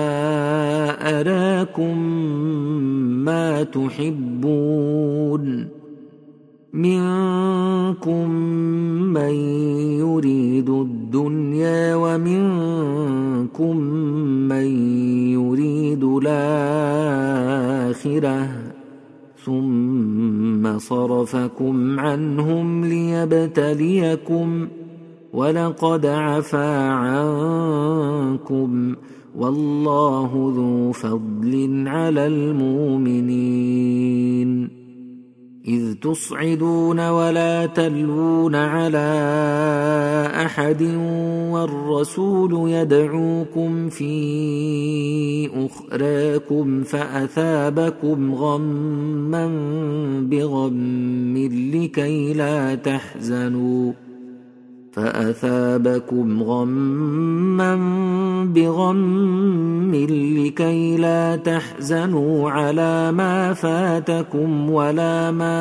أراكم ما تحبون منكم من يريد الدنيا ومنكم من يريد الآخرة ثم صرفكم عنهم ليبتليكم ولقد عفا عنكم والله ذو فضل على المؤمنين إذ تصعدون ولا تلوون على أحد والرسول يدعوكم في أخراكم فأثابكم غما بغم لكي لا تحزنوا فأثابكم غما بغم لكي لا تحزنوا على ما فاتكم ولا ما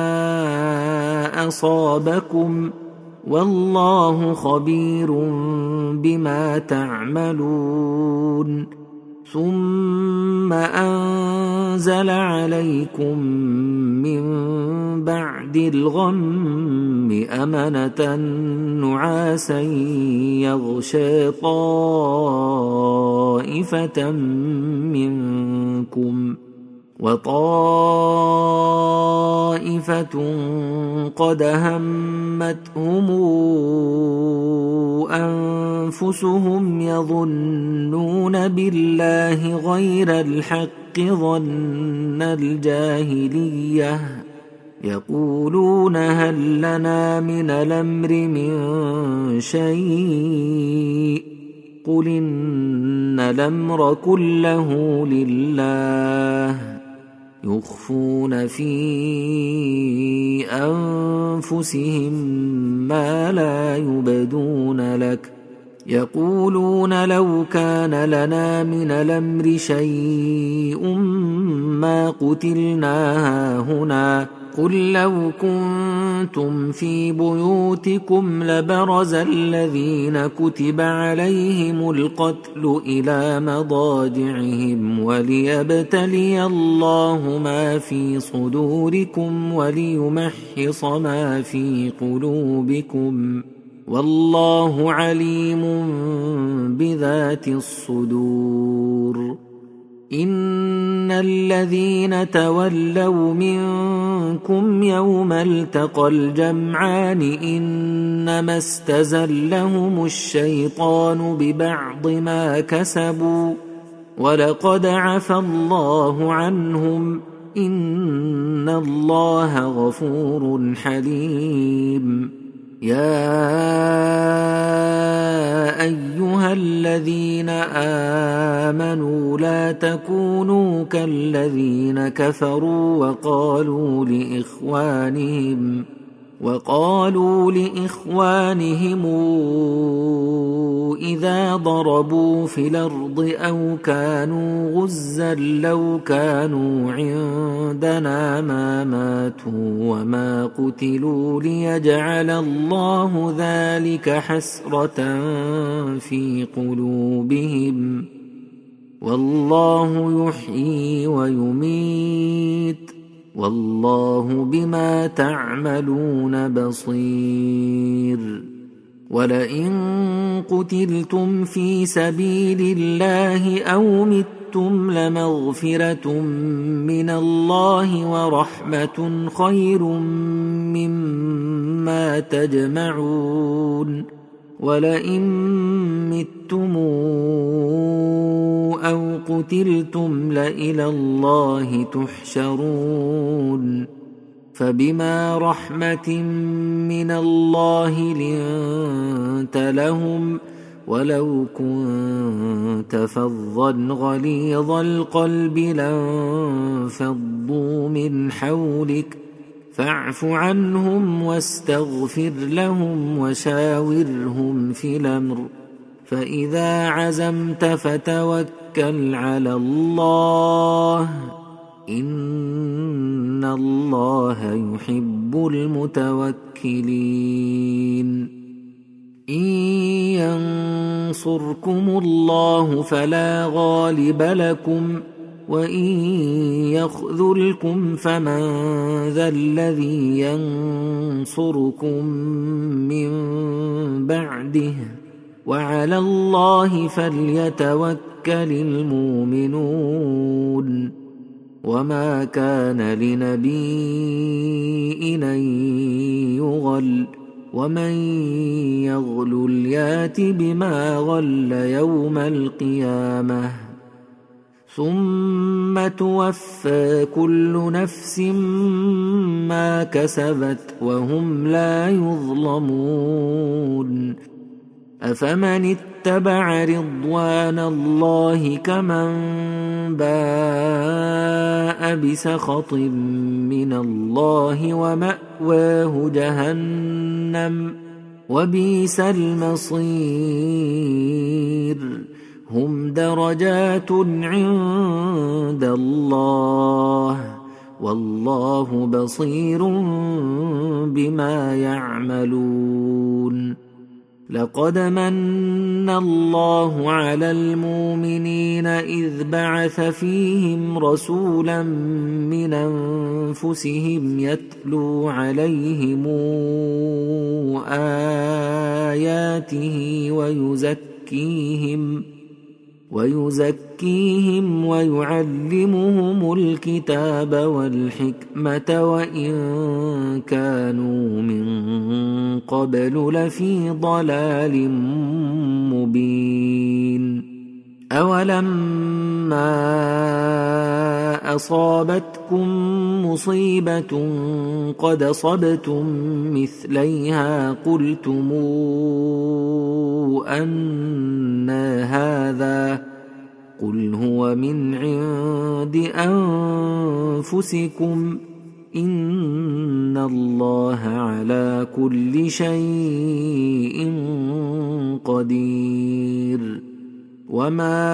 أصابكم والله خبير بما تعملون ثم أنزل عليكم من بعد الغم أمنة نعاسا يغشى طائفة منكم وطائفة قد همتهم أنفسهم يظنون بالله غير الحق ظن الجاهلية يقولون هل لنا من الأمر من شيء قل إن الأمر كله لله يخفون في أنفسهم ما لا يبدون لك يقولون لو كان لنا من الأمر شيء ما قتلنا هاهنا قل لو كنتم في بيوتكم لبرز الذين كتب عليهم القتل إلى مضاجعهم وليبتلي الله ما في صدوركم وليمحص ما في قلوبكم والله عليم بذات الصدور إن الذين تولوا منكم يوم التقى الجمعان إنما استزلهم الشيطان ببعض ما كسبوا ولقد عفى الله عنهم إن الله غفور حليم يا أيها الذين آمنوا لا تكونوا كالذين كفروا وقالوا لإخوانهم وقالوا لإخوانهم إذا ضربوا في الأرض أو كانوا غزا لو كانوا عندنا ما ماتوا وما قتلوا ليجعل الله ذلك حسرة في قلوبهم والله يحيي ويميت والله بما تعملون بصير ولئن قتلتم في سبيل الله أو متم لمغفرة من الله ورحمة خير مما تجمعون ولئن متم أو قتلتم لإلى الله تحشرون فبما رحمة من الله لنت لهم ولو كنت فظا غليظ القلب لانفضوا من حولك فاعف عنهم واستغفر لهم وشاورهم في الأمر فإذا عزمت فتوكل على الله إن الله يحب المتوكلين إن ينصركم الله فلا غالب لكم وإن يخذلكم فمن ذا الذي ينصركم من بعده وعلى الله فليتوكل المؤمنون وما كان لنبي أن يغل ومن يغل يات بما غل يوم القيامة ثم توفى كل نفس ما كسبت وهم لا يظلمون أفمن اتبع رضوان الله كمن باء بسخط من الله ومأواه جهنم وبئس المصير هم درجات عند الله والله بصير بما يعملون لقد من الله على المؤمنين إذ بعث فيهم رسولا من أنفسهم يتلو عليهم آياته ويزكيهم ويزكيهم ويعلمهم الكتاب والحكمة وإن كانوا من قبل لفي ضلال مبين أولما أصابتكم مصيبة قد أصبتم مثليها قلتم أنى هذا قل هو من عند أنفسكم إن الله على كل شيء قدير وما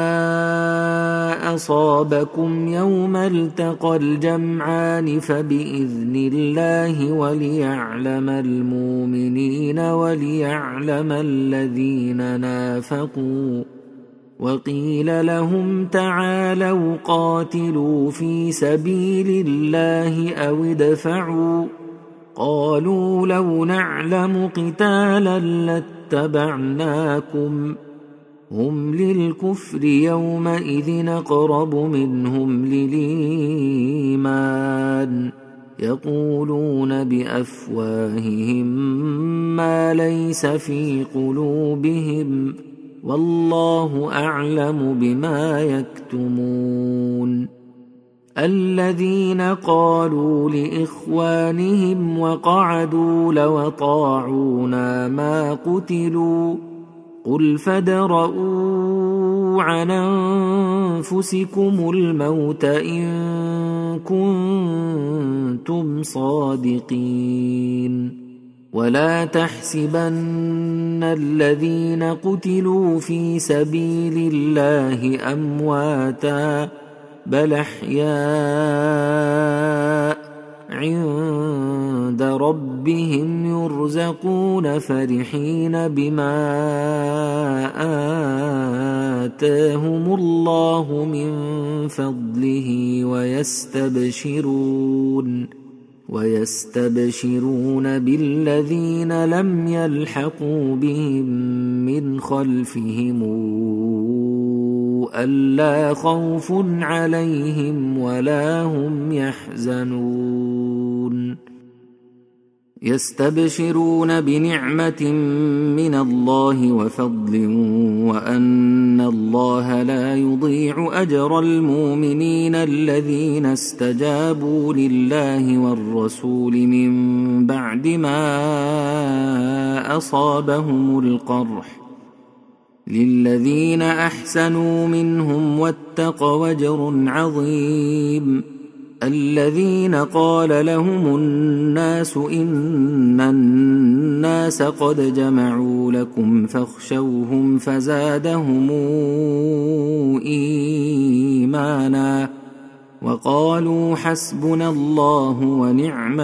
أصابكم يوم التقى الجمعان فبإذن الله وليعلم المؤمنين وليعلم الذين نافقوا وقيل لهم تعالوا قاتلوا في سبيل الله أو ادفعوا قالوا لو نعلم قتالا لاتبعناكم هم للكفر يومئذ أقرب منهم للإيمان يقولون بأفواههم ما ليس في قلوبهم والله أعلم بما يكتمون الذين قالوا لإخوانهم وقعدوا لو أطاعونا ما قتلوا قل فادرءوا عن أنفسكم الموت إن كنتم صادقين ولا تحسبن الذين قتلوا في سبيل الله أمواتا بل أحياء عند ربهم يرزقون فرحين بما آتاهم الله من فضله ويستبشرون ويستبشرون بالذين لم يلحقوا بهم من خلفهم ألا خوف عليهم ولا هم يحزنون يستبشرون بنعمة من الله وفضل وأن الله لا يضيع أجر المؤمنين الذين استجابوا لله والرسول من بعد ما أصابهم القرح للذين أحسنوا منهم واتقوا أجر عظيم الذين قال لهم الناس إن الناس قد جمعوا لكم فاخشوهم فزادهم إيمانا وقالوا حسبنا الله ونعم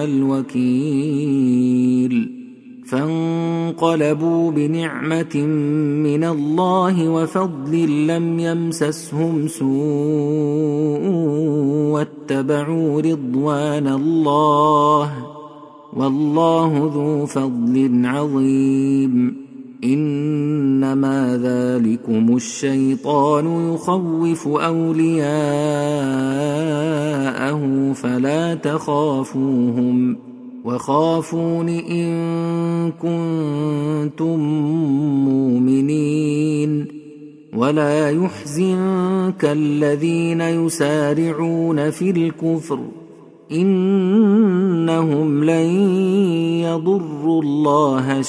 الوكيل فانقلبوا بنعمة من الله وفضل لم يمسسهم سوء واتبعوا رضوان الله والله ذو فضل عظيم إنما ذلكم الشيطان يخوف أولياءه فلا تخافوهم وخافون إن كنتم مؤمنين ولا يحزنك الذين يسارعون في الكفر إنهم لن يضروا الله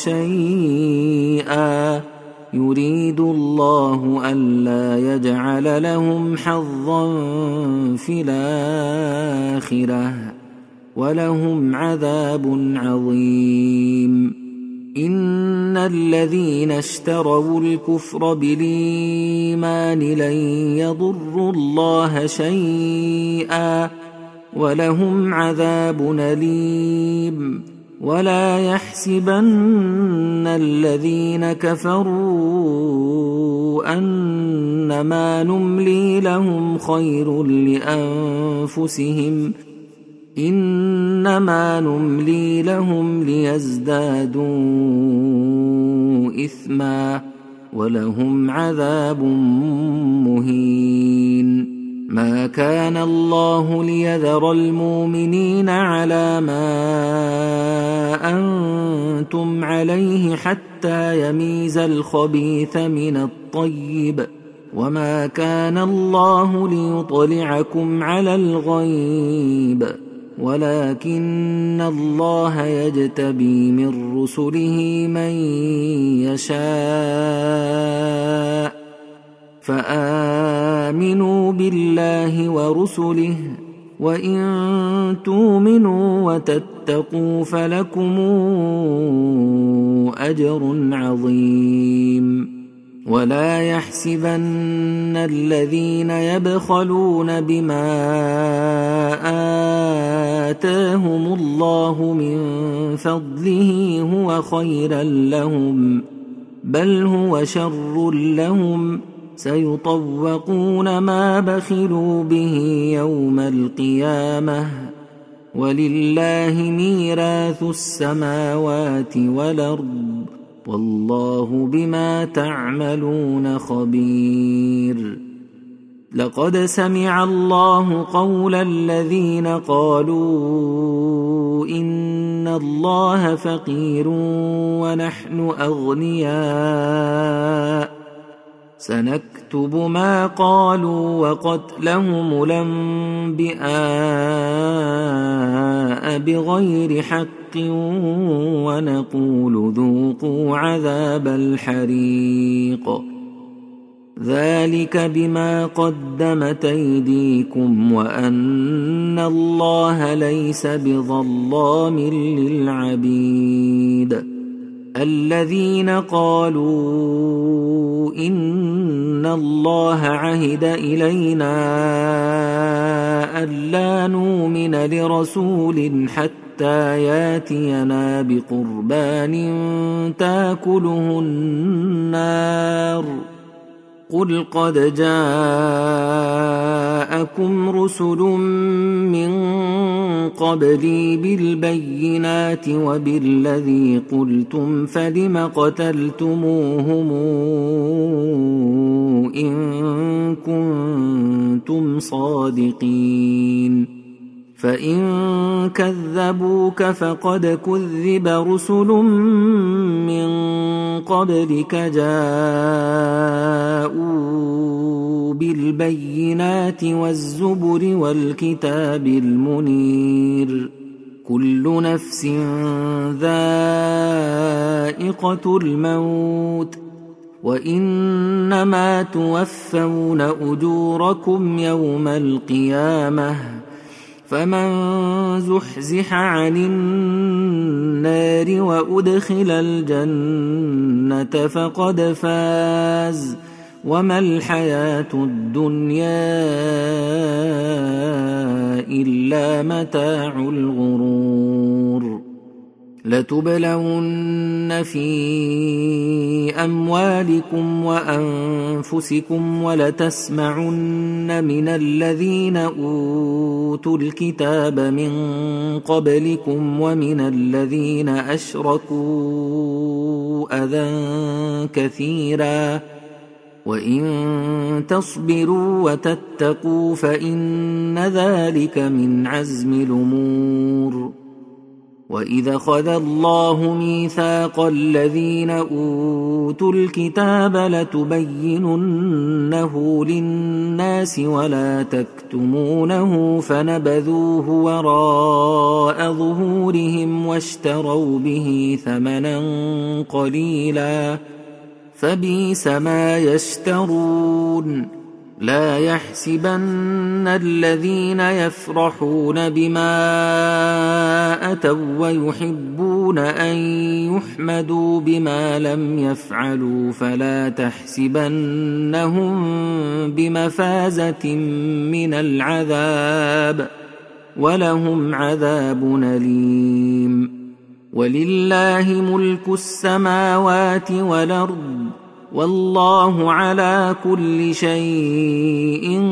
شيئا يريد الله ألا يجعل لهم حظا في الآخرة ولهم عذاب عظيم. إن الذين اشتروا الكفر بالإيمان لن يضروا الله شيئا ولهم عذاب أليم. ولا يحسبن الذين كفروا أنما نملي لهم خير لأنفسهم إنما نملي لهم ليزدادوا إثما ولهم عذاب مهين. ما كان الله ليذر المؤمنين على ما أنتم عليه حتى يميز الخبيث من الطيب وما كان الله ليطلعكم على الغيب ولكن الله يجتبي من رسله من يشاء فآمنوا بالله ورسله وإن تؤمنوا وتتقوا فلكم أجر عظيم. ولا يحسبن الذين يبخلون بما آتاهم الله من فضله هو خيرا لهم بل هو شر لهم سيطوقون ما بخلوا به يوم القيامة ولله ميراث السماوات والأرض والله بما تعملون خبير. لقد سمع الله قول الذين قالوا إن الله فقير ونحن أغنياء سنكتب ما قالوا وقتلهم الأنبياء بغير حق ونقول ذوقوا عذاب الحريق ذلك بما قدمت أيديكم وأن الله ليس بظلام للعبيد. الذين قالوا إن الله عهد إلينا ألا نؤمن لرسول حتى ياتينا بقربان تاكله النار قل قد جاءكم رسل من قبلي بالبينات وبالذي قلتم فلم قتلتموهم إن كنتم صادقين فإن كذبوك فقد كذب رسل من قبلك جاءوا بالبينات والزبر والكتاب المنير كل نفس ذائقة الموت وإنما توفون أجوركم يوم القيامة فمن زحزح عن النار وأدخل الجنة فقد فاز وما الحياة الدنيا إلا متاع الغرور. لتبلون في أموالكم وأنفسكم ولتسمعن من الذين أوتوا الكتاب من قبلكم ومن الذين أشركوا أذى كثيرا وإن تصبروا وتتقوا فإن ذلك من عزم الأمور. وإذا أخذ الله ميثاق الذين أوتوا الكتاب لتبيننه للناس ولا تكتمونه فنبذوه وراء ظهورهم واشتروا به ثمنا قليلا فبئس ما يشترون. لا يحسبن الذين يفرحون بما أتوا ويحبون أن يحمدوا بما لم يفعلوا فلا تحسبنهم بمفازة من العذاب ولهم عذاب أليم. ولله ملك السماوات والأرض والله على كل شيء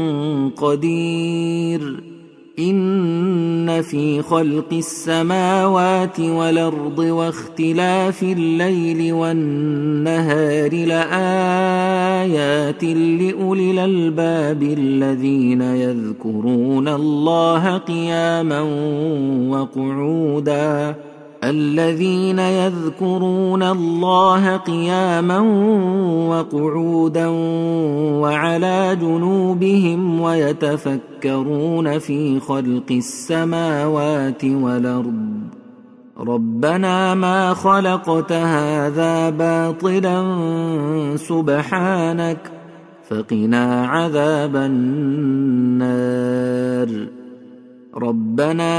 قدير. إن في خلق السماوات والأرض واختلاف الليل والنهار لآيات لأولي الألباب الذين يذكرون الله قياما وقعودا الذين يذكرون الله قياما وقعودا وعلى جنوبهم ويتفكرون في خلق السماوات والأرض ربنا ما خلقت هذا باطلا سبحانك فقنا عذاب النار. ربنا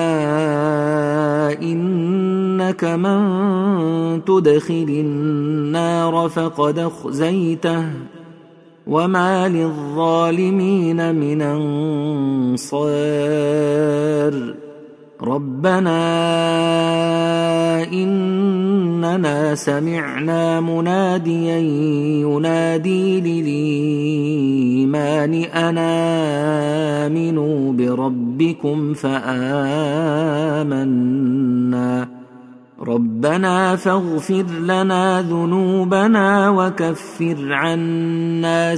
إنك من تدخل النار فقد أخزيته وما للظالمين من أنصار. ربنا إننا سمعنا مناديا ينادي للإيمان أن آمنوا بربكم فآمنا. ربنا فاغفر لنا ذنوبنا وكفر عنا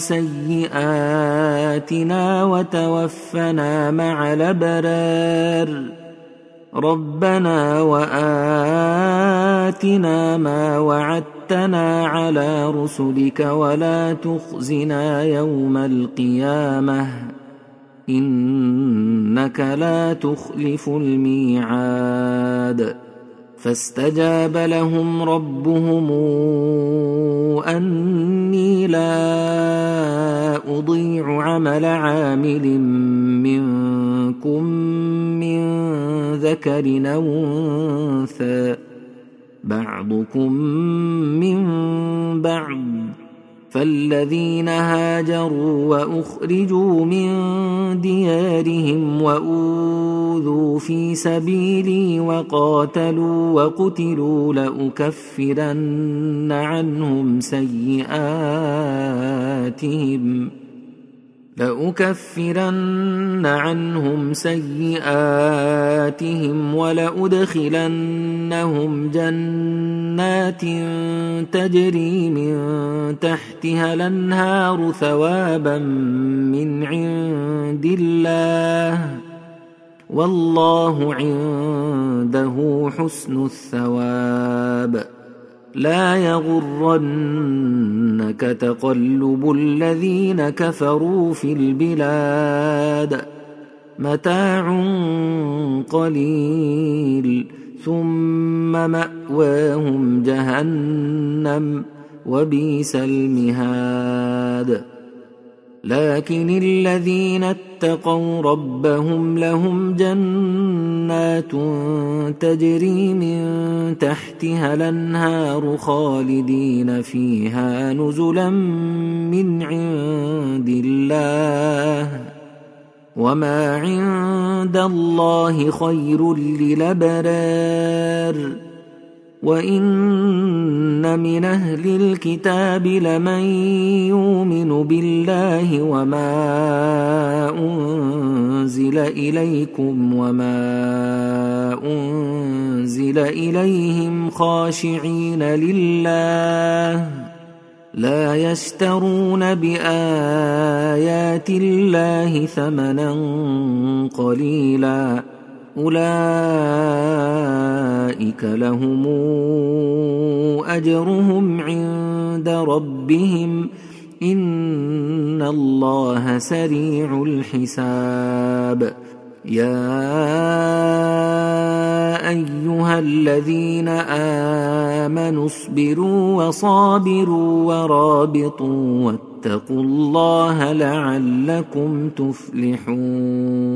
سيئاتنا وتوفنا مع الأبرار. ربنا وآتنا ما وعدتنا على رسلك ولا تخزنا يوم القيامة إنك لا تخلف الميعاد. فاستجاب لهم ربهم أني لا أضيع عمل عامل منكم من ذكر أو أنثى بعضكم من بعض فالذين هاجروا وأخرجوا من ديارهم وأوذوا في سبيلي وقاتلوا وقتلوا لأكفرن عنهم سيئاتهم لأكفرن عنهم سيئاتهم ولأدخلنهم جنات تجري من تحتها الأنهار ثوابا من عند الله والله عنده حسن الثواب. لا يغرنك تقلب الذين كفروا في البلاد متاع قليل ثم مأواهم جهنم وبئس المهاد. لكن الذين اتقوا ربهم لهم جنات تجري من تحتها الأنهار خالدين فيها نزلا من عند الله وما عند الله خير للأبرار. وإن من أهل الكتاب لمن يؤمن بالله وما أنزل إليكم وما أنزل إليهم خاشعين لله لا يشترون بآيات الله ثمنا قليلا أولئك لهم أجرهم عند ربهم إن الله سريع الحساب. يا أيها الذين آمنوا اصبروا وصابروا ورابطوا واتقوا الله لعلكم تفلحون.